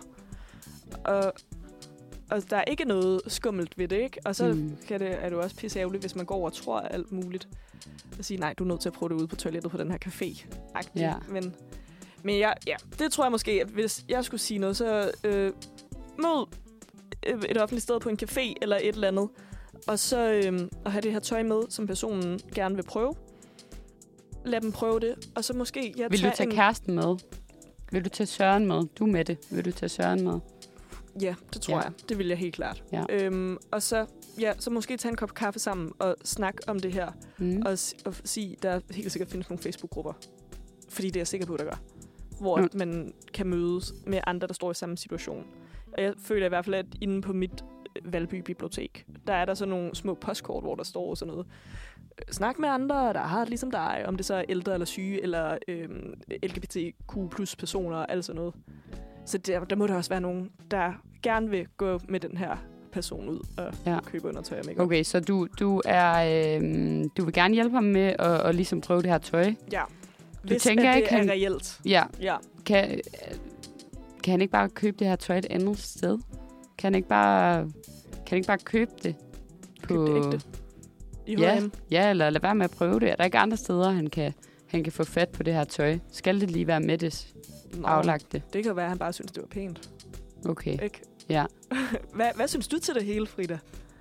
Og der er ikke noget skummelt ved det, ikke? Og så er det jo også pisseærgerligt, hvis man går og tror alt muligt. Og sige, nej, du er nødt til at prøve det ude på toilettet på den her café. Ja. Men det tror jeg måske, at hvis jeg skulle sige noget, så mod et offentligt sted på en café eller et eller andet, og så at have det her tøj med, som personen gerne vil prøve. Lad dem prøve det, og så måske... Vil du tage kæresten med? Vil du tage Søren med? Du med det. Vil du tage Søren med? Ja, det tror jeg. Det vil jeg helt klart. Ja. Og så måske tage en kop kaffe sammen og snakke om det her. Og sige, der helt sikkert findes nogle Facebook-grupper. Fordi det er jeg sikker på, der gør. Hvor man kan mødes med andre, der står i samme situation. Og jeg føler i hvert fald, at inde på mit Valby Bibliotek, der er der sådan nogle små postkort, hvor der står sådan noget. Snak med andre, der har det ligesom dig, om det så er ældre eller syge, eller LGBTQ plus personer, og alt sådan noget. Så der må der også være nogen, der gerne vil gå med den her person ud og købe undertøj og make-up. Okay, så du vil gerne hjælpe ham med at ligesom prøve det her tøj? Ja, hvis det er reelt. Ja. Kan han ikke bare købe det her tøj et andet sted? Kan han ikke bare købe det? Købe det ægte? I H&M? Ja, eller lad være med at prøve det. Er der ikke andre steder, han kan få fat på det her tøj? Skal det lige være Mettes aflagte? Det kan være, at han bare synes, det var pænt. Okay. Ikke? Ja. Hvad synes du til det hele, Frida?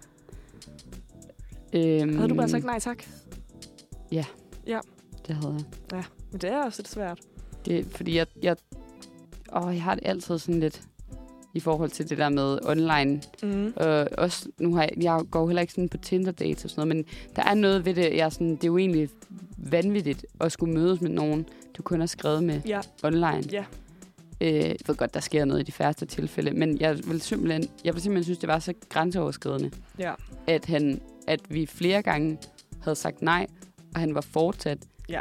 Havde du bare sagt nej tak? Ja. Det havde jeg. Ja, men det er også lidt svært. Det er, fordi jeg har det altid sådan lidt i forhold til det der med online. Også nu jeg går heller ikke sådan på Tinder-dates og sådan noget, men der er noget ved det, det er jo egentlig vanvittigt at skulle mødes med nogen, du kun har skrevet med online. Ja. Jeg ved godt, der sker noget i de færreste tilfælde, men jeg vil simpelthen synes, det var så grænseoverskridende, at vi flere gange havde sagt nej, og han var fortsat. Ja.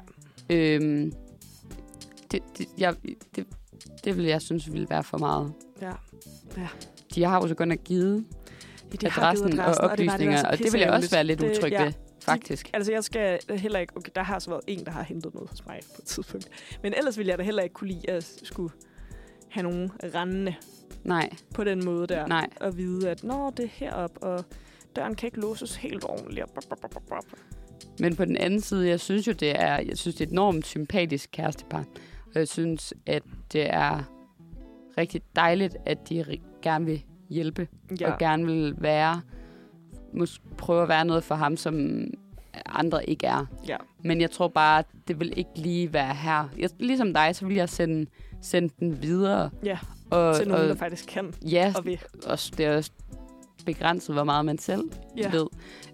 Det ville jeg synes ville være for meget. Ja. De har jo så godt nok givet adressen og oplysninger, og det vil jeg også være lidt utryg ved, faktisk. Jeg skal heller ikke... Okay, der har så været en, der har hentet noget hos mig på et tidspunkt. Men ellers ville jeg da heller ikke kunne lide, at skulle have nogen rendende på den måde der. Nej. Og vide, at det er heroppe, og døren kan ikke låses helt ordentligt. Men på den anden side, jeg synes det er et enormt sympatisk kærestepar. Og jeg synes, at det er rigtig dejligt, at de gerne vil hjælpe. Og gerne vil prøve at være noget for ham, som andre ikke er. Ja. Men jeg tror bare, det vil ikke lige være her. Ligesom dig, så vil jeg sende den videre. Ja, til nogen, der faktisk kan og vil. Og det er også begrænset, hvor meget man selv ved.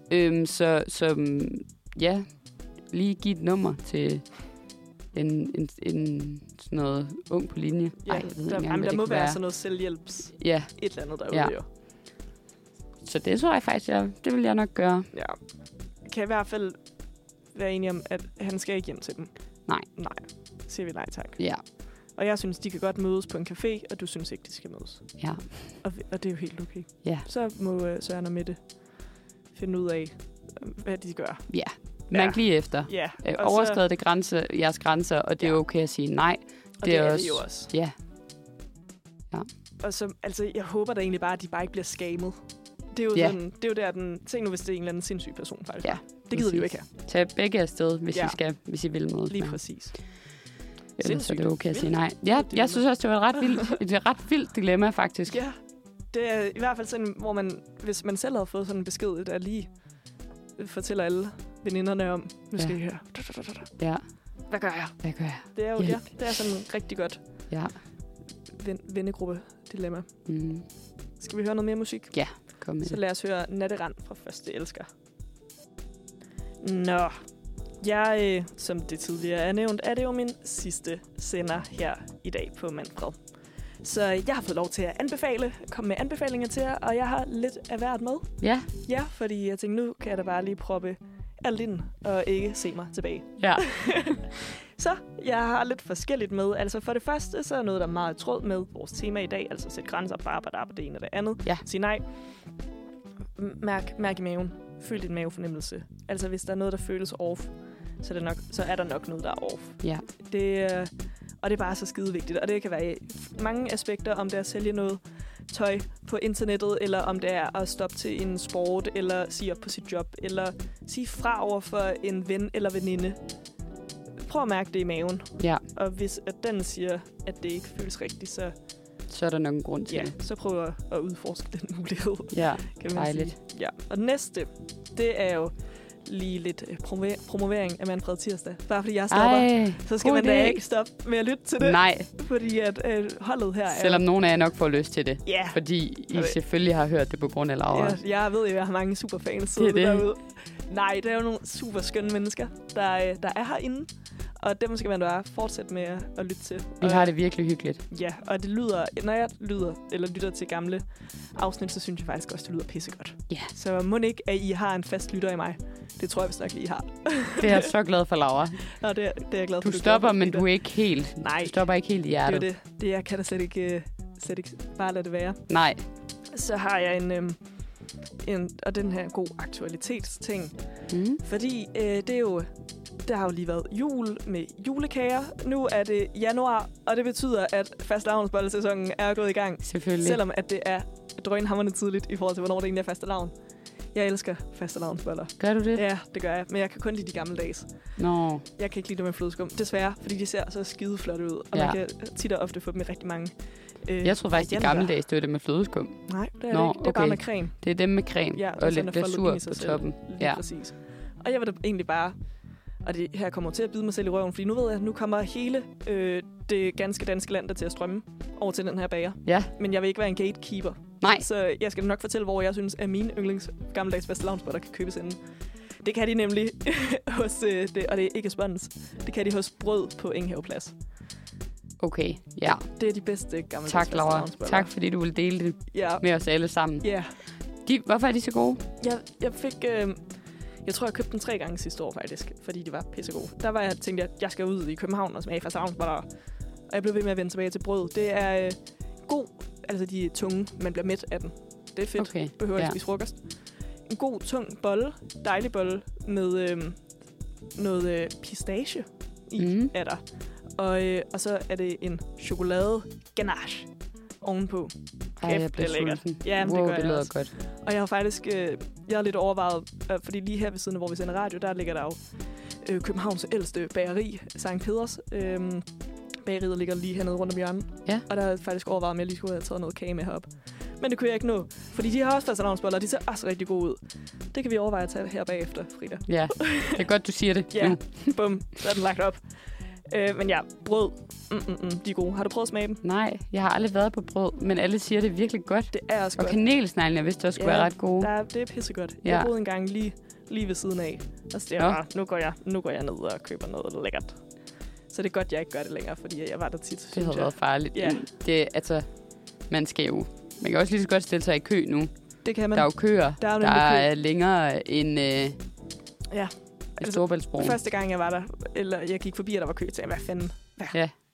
Lige give et nummer til en sådan noget ung på linje. Ja, der må være sådan noget selvhjælps et eller andet derude jo. Så det tror jeg faktisk, det vil jeg nok gøre. Ja. Kan i hvert fald være enige om, at han skal ikke hjem til dem. Nej. Siger vi nej tak. Ja. Og jeg synes, de kan godt mødes på en café, og du synes ikke, de skal mødes. Ja. Og det er jo helt okay. Ja. Så må Søren og Mette finde ud af, hvad de gør. Ja. Mærk lige efter. Ja. Overskred jeres grænser, og det er okay at sige nej. Og det er det jo også. Ja. Og så, altså, jeg håber da egentlig bare, at de bare ikke bliver skamet. Det er jo sådan, det er jo der, den... Tænk nu, hvis det er en eller anden sindssyg person, faktisk. Ja, det gider vi jo ikke her. Tag begge afsted, hvis I vil møde. Lige præcis. Ellers så er det okay at sige nej. Ja, jeg synes også, det var et ret vildt dilemma, faktisk. Ja, det er i hvert fald sådan, hvor man, hvis man selv havde fået sådan en besked, der lige fortæller alle veninderne om, nu skal I høre. Ja. Hvad gør jeg? Det er jo det er sådan rigtig godt. Ja. Vennegruppe-dilemma. Mm. Skal vi høre noget mere musik? Ja, kom med så lad os høre Natterand fra Første Elsker. Nå, jeg, som det tidligere er nævnt, er det jo min sidste sender her i dag på Manfred. Så jeg har fået lov til at komme med anbefalinger til jer, og jeg har lidt af hvert med. Ja. Ja, fordi jeg tænkte, nu kan jeg da bare lige proppe alt ind og ikke se mig tilbage. Ja. Så jeg har lidt forskelligt med. Altså for det første, så er noget, der er meget tråd med vores tema i dag. Altså sæt grænser, bare på det ene og det andet. Ja. Sig nej. Mærk i maven. Føl din mavefornemmelse. Altså hvis der er noget, der føles off, så er der nok noget, der er off. Ja. Og det er bare så skide vigtigt. Og det kan være i mange aspekter, om det er at sælge noget tøj på internettet, eller om det er at stoppe til en sport, eller sige op på sit job, eller sige fra over for en ven eller veninde. Prøv at mærke det i maven. Ja. Og hvis at den siger, at det ikke føles rigtigt, så er der nok en grund til det. Så prøv at udforske den mulighed. Ja, kan man sige. Ja. Og det næste, det er jo lige lidt promovering af Manfred Tirsdag. Bare fordi jeg stopper, så skal man da ikke stoppe med at lytte til det. Nej. Fordi at holdet her er... Selvom nogen af jer nok får lyst til det. Ja. Fordi I selvfølgelig har hørt det på grund af Laura. Ja, jeg ved jo, at jeg har mange superfans derude. Nej, det er jo nogle super skønne mennesker, der er herinde. Og dem skal man da fortsætte med at lytte til. Vi har det virkelig hyggeligt. Ja, og det lyder, når jeg lytter til gamle afsnit, så synes jeg faktisk også, det lyder pissegodt. Ja. Så må ikke, at I har en fast lytter i mig. Det tror jeg vist nok, I har. Det er jeg så glad for, Laura. Nå, det er jeg glad for. Du stopper, men du er ikke helt. Nej. Du stopper ikke helt i hjertet. Det er det. Jeg kan da slet ikke bare lade det være. Nej. Så har jeg og den her god aktualitetsting. Mm. Fordi det er jo... Der har jo lige været jul med julekager. Nu er det januar, og det betyder, at fastelavnsbollesæsonen er gået i gang. Selvfølgelig. Selvom at det er drønhamrende tidligt i forhold til, hvornår det egentlig er fastelavn. Jeg elsker fastelavnsboller. Gør du det? Ja, det gør jeg. Men jeg kan kun lide de gammeldags. Nå. Jeg kan ikke lide dem med flødeskum. Desværre, fordi de ser så skide flotte ud. Og man kan tit og ofte få dem i rigtig mange. Jeg tror faktisk, de gammeldags, det var det med flødeskum. Nej, det er det ikke. Det er bare med creme. Det er dem med creme. Ja, og lidt glasur på toppen. Ja, præcis. Og jeg vil da egentlig bare... Og det her kommer til at bide mig selv i røven, fordi nu ved jeg, at nu kommer hele det ganske danske land der til at strømme over til den her bager. Ja. Men jeg vil ikke være en gatekeeper. Nej. Så jeg skal nok fortælle, hvor jeg synes, at mine yndlings gammeldags fastelavnsboller kan købes inden. Det kan de nemlig hos, og det er ikke spons, det kan de hos Brød på Enghaveplads. Okay, ja. Det er de bedste gammeldags fastelavnsboller. Tak, Laura. Tak, fordi du vil dele det med os alle sammen. Ja. Hvorfor er de så gode? Jeg fik... Jeg tror, jeg købte dem 3 gange sidste år, faktisk, fordi de var pissegode. Der tænkte jeg, at jeg skal ud i København og smage fastelavnsboller. Og jeg blev ved med at vende tilbage til Brød. Det er god, altså de er tunge, man bliver mæt af den. Det er fedt. Okay. Behøver ikke spise frokost. En god, tung bolle, dejlig bolle med noget pistache i er der. Og så er det en chokolade ganache ovenpå. Jeg bliver sulten. Ja, det gør det lyder godt. Og jeg har faktisk jeg har lidt overvejet, fordi lige her ved siden af, hvor vi sender radio, der ligger der jo Københavns ældste bageri, Sankt Peders. Bageriet ligger lige hernede rundt om hjørnet. Ja. Og der har jeg faktisk overvejet, om jeg lige skulle have taget noget kage med herop. Men det kunne jeg ikke nå, fordi de har også fastelavnsboller, og de ser også rigtig gode ud. Det kan vi overveje at tage her bagefter, Frida. Ja, det er godt, du siger det. Ja, bum, så er den lagt op. Men ja, Brød, de er gode. Har du prøvet at smage dem? Nej, jeg har aldrig været på Brød, men alle siger, det er virkelig godt. Det er også godt. Og kanelsneglene, jeg vidste også skulle være ret gode. Det er pissegodt. Jeg boede engang lige ved siden af. Altså, nu går jeg ned og køber noget lækkert. Så det er godt, jeg ikke gør det længere, fordi jeg var der tit. Det har været farligt. Ja. Man skal jo... Man kan også lige så godt stille sig i kø nu. Det kan man. Der er jo køer, der er længere end... Ja. Storebæltsbroen. Første gang jeg var der, eller jeg gik forbi, og der var kø til, hvad fanden?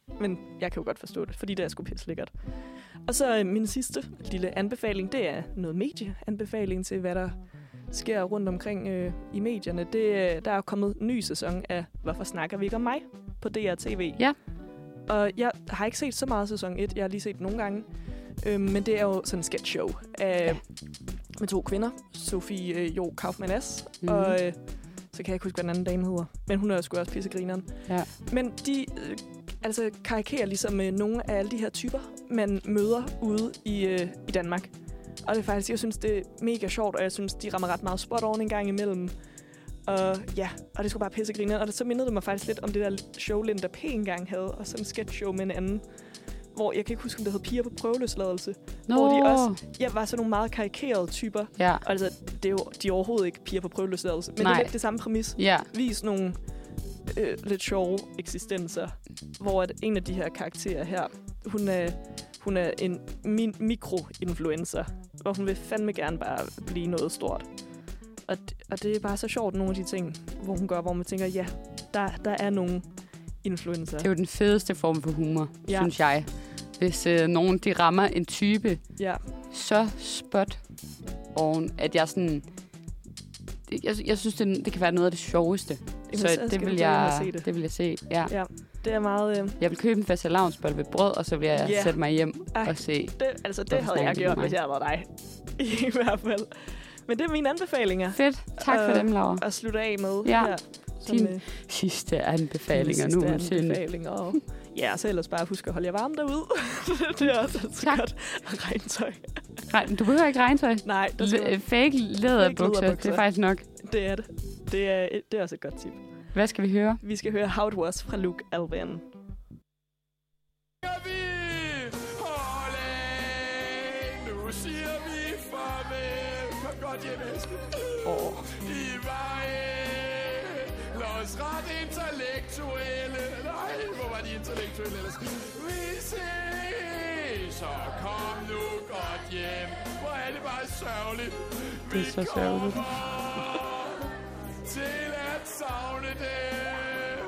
Men jeg kan jo godt forstå det, fordi det er sgu pisse lækkert. Og så min sidste lille anbefaling, det er noget medieanbefaling til, hvad der sker rundt omkring i medierne. Der er kommet en ny sæson af Hvorfor snakker vi ikke om mig? På DRTV. Ja. Og jeg har ikke set så meget sæson 1. Jeg har lige set nogle gange. Men det er jo sådan en sketch show med 2 kvinder. Sofie Jo Kaufmann-As og så kan jeg ikke huske, hvad den anden dame hedder. Men hun er sgu også pissegrineren. Ja. Men de karikerer ligesom nogle af alle de her typer, man møder ude i Danmark. Og det er faktisk, jeg synes, det er mega sjovt, og jeg synes, de rammer ret meget spot on en gang imellem. Og ja, og det skulle bare pissegrineren. Og så mindede det mig faktisk lidt om det der show, Linda P. engang havde, og sådan en sketch show med en anden. Hvor jeg kan ikke huske, om det hed Piger på prøveløsladelse. Hvor de også var sådan nogle meget karikerede typer. Ja. Altså, det er jo, de er overhovedet ikke piger på prøveløsladelse. Men det er lidt det samme præmis. Ja. Vis nogle lidt sjove eksistenser. Hvor at en af de her karakterer her, hun er en mikro-influencer. Hvor hun vil fandme gerne bare blive noget stort. Og det er bare så sjovt, nogle af de ting, hvor hun gør, hvor man tænker, ja, der er nogle influencer. Det er jo den fedeste form for humor, synes jeg. Hvis nogen, de rammer en type så spot on, at jeg sådan... Jeg synes, det kan være noget af det sjoveste. Så det vil jeg se. Ja. Det er meget... Jeg vil købe en fastelavnsbolle ved brød, og så vil jeg sætte mig hjem og se. Det havde jeg gjort, hvis jeg var dig. I hvert fald. Men det er mine anbefalinger. Fedt. Tak for dem, Laura. Og slutte af med her. Din sidste anbefalinger nu. Anbefalinger. Ja, så ellers bare husk at holde jer varme derude. Det er også så godt. Og regntøj. Du behøver ikke regntøj. Nej. Fake læderbukser, det er faktisk nok. Det er det. Det er også et godt tip. Hvad skal vi høre? Vi skal høre How It Was fra Luke Alban. Nu siger vi farvel. Kom godt hjem, elsker. I vejen. Lad os ret intellektuelle. Nej, hvor var de intellektuelle ellers? Vi ses. Så kom nu godt hjem. Hvor er det bare sørgeligt. Det er så sørgeligt. Til at savne dem.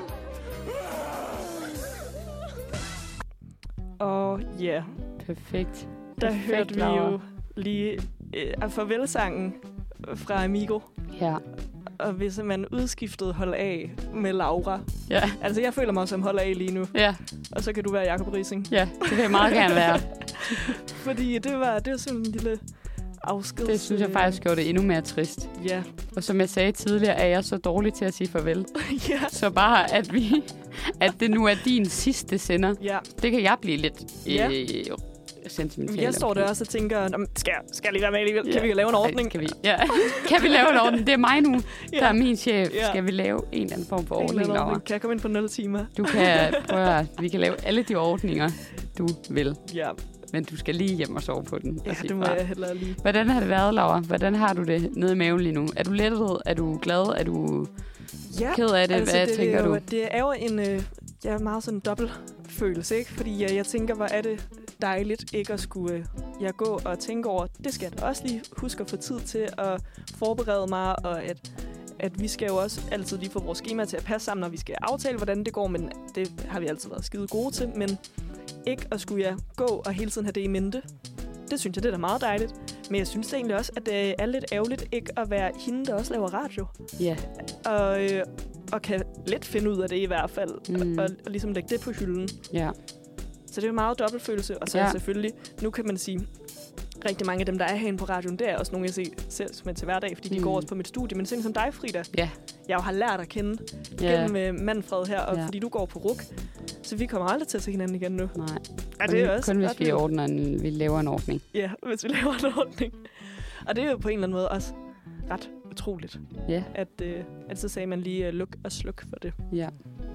Og ja. Perfekt. Der hørte vi jo lige farvelsangen fra Amigo. Ja. Og hvis man udskiftede hold af med Laura. Ja. Altså, jeg føler mig som hold af lige nu. Ja. Og så kan du være Jacob Rising. Ja, det vil jeg meget gerne være. Fordi det var sådan en lille afskeds... Det synes jeg faktisk gjorde det endnu mere trist. Ja. Og som jeg sagde tidligere, er jeg så dårlig til at sige farvel. Ja. Så bare, at det nu er din sidste sender, det kan jeg blive lidt sentimental. Jeg står der også og tænker, skal jeg lige være med alligevel? Kan vi lave en ordning? Kan vi lave en ordning? Det er mig nu, der er min chef. Skal vi lave en eller anden form for ordning, Laura? Kan jeg komme ind på 0 timer? Du kan prøve, vi kan lave alle de ordninger, du vil. Ja. Men du skal lige hjem og sove på den. Ja, det må jeg hellere lige. Hvordan har det været, Laura? Hvordan har du det nede i maven lige nu? Er du lettet? Er du glad? Er du ked af det? Altså hvad tænker du? Det er jo en meget sådan dobbelt følelse, ikke? Fordi jeg tænker, hvor er det dejligt ikke at skulle gå og tænke over. Det skal jeg også lige huske at få tid til at forberede mig, og at vi skal jo også altid lige få vores schema til at passe sammen, når vi skal aftale, hvordan det går, men det har vi altid været skide gode til, men ikke at skulle gå og hele tiden have det i mente. Det synes jeg, det er da meget dejligt. Men jeg synes egentlig også, at det er lidt ærgerligt ikke at være hende, der også laver radio. Ja. Og kan lidt finde ud af det i hvert fald. Og ligesom lægge det på hylden. Ja. Så det er jo meget dobbeltfølelse. Og så selvfølgelig, nu kan man sige, rigtig mange af dem, der er herinde på radioen, det er også nogle, jeg ser til hverdag, fordi de går også på mit studie. Men sådan som dig, Frida, jeg jo har lært at kende gennem Manfred her, og fordi du går på RUK. Så vi kommer aldrig til at se hinanden igen nu. Nej. Det er også kun hvis vi laver en ordning. Ja, hvis vi laver en ordning. Og det er jo på en eller anden måde også ret utroligt, at så sagde man lige luk og sluk for det. Ja.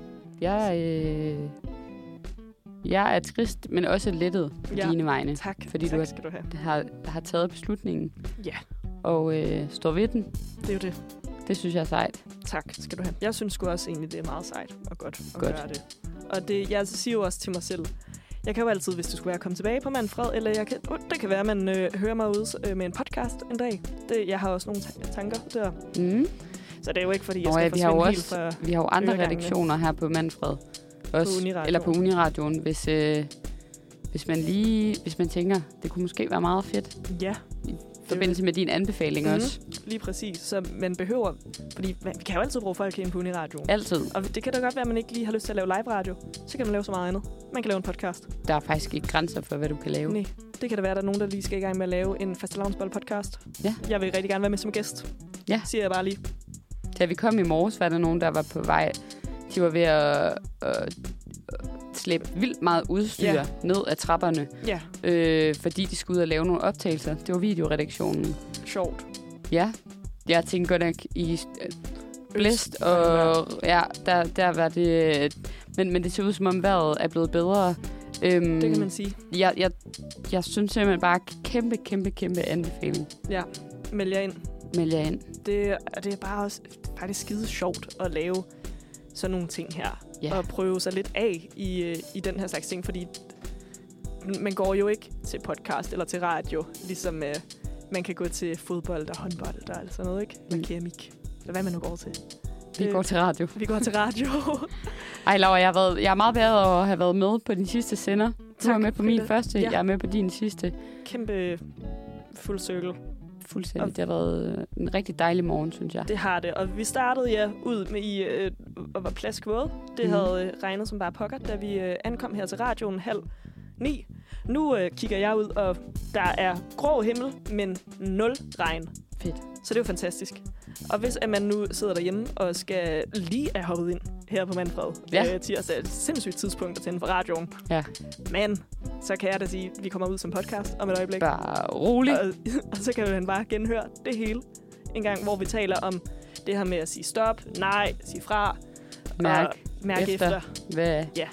Jeg er trist, men også lettet på dine vegne. Tak. Fordi tak, du har taget beslutningen. Ja. Og står ved den. Det er jo det. Det synes jeg er sejt. Tak skal du have. Jeg synes sgu også egentlig, det er meget sejt og godt at gøre det. Og jeg siger jo også til mig selv, jeg kan jo altid, hvis du skulle være kommet tilbage på Manfred, eller det kan være, at man hører mig ud med en podcast en dag. Jeg har også nogle tanker der. Mm. Så det er jo ikke, fordi jeg skal forsvinde helt fra vi har jo andre redaktioner her på Manfred, Også, eller på Uniradioen, hvis man tænker, det kunne måske være meget fedt. Ja. I forbindelse med din anbefaling også. Lige præcis. Så man behøver... Fordi vi kan jo altid bruge folk ind på Uniradioen. Altid. Og det kan da godt være, at man ikke lige har lyst til at lave live radio. Så kan man lave så meget andet. Man kan lave en podcast. Der er faktisk ikke grænser for, hvad du kan lave. Nej. Det kan da være, at der er nogen, der lige skal i gang med at lave en fastelavnsbold-podcast. Ja. Jeg vil rigtig gerne være med som gæst. Ja. Siger jeg bare lige. Da vi kom i morges, var der nogen, der var på vej. De var ved at slæbe vildt meget udstyr ned ad trapperne. Ja. Fordi de skulle ud og lave nogle optagelser. Det var videoredaktionen. Sjovt. Ja. Jeg tænkte godt nok i blæst, og ja, der var det... Men det ser ud, som om vejret er blevet bedre. Det kan man sige. Jeg synes simpelthen bare kæmpe anbefaling. Ja, meld jer ind. Det er bare også faktisk skide sjovt at lave sådan nogle ting her. Yeah. Og prøve sig lidt af i den her slags ting, fordi man går jo ikke til podcast eller til radio, ligesom man kan gå til fodbold og håndbold og alt sådan noget, ikke? Eller keramik. Eller hvad man nu går til. Vi går til radio. Vi går til radio. Ej, Laura, jeg er meget bedre at have været med på din sidste sender. Du var med på min første, jeg er med på din sidste. Kæmpe full circle. Fuldstændig. Det har været en rigtig dejlig morgen, synes jeg. Det har det. Og vi startede ud med at være plaskvåde. Det havde regnet som bare pokker, da vi ankom her til radioen 8:30. Nu kigger jeg ud, og der er grå himmel, men 0 regn. Fedt. Så det er jo fantastisk. Og hvis at man nu sidder derhjemme og skal lige er hoppet ind her på Manfred tirsdag, et sindssygt tidspunkt at tænde for radioen. Ja. Men så kan jeg da sige, at vi kommer ud som podcast om et øjeblik. Bare roligt. Og så kan man bare genhøre det hele en gang, hvor vi taler om det her med at sige stop, nej, sige fra. Mærk efter. Hvad? Ja.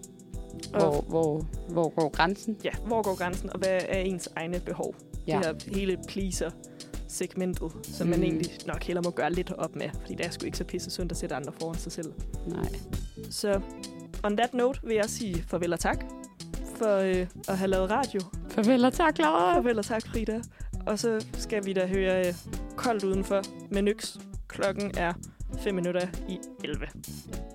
Hvor går grænsen? Ja, hvor går grænsen, og hvad er ens egne behov? Ja. Det her hele pleaser-segmentet, som man egentlig nok hellere må gøre lidt op med, fordi det er sgu ikke så pisse sundt at sætte andre foran sig selv. Nej. Så on that note vil jeg sige farvel og tak for at have lavet radio. Farvel og tak, Laura. Farvel og tak, Frida. Og så skal vi da høre Koldt udenfor med Nyx. Klokken er 11:05.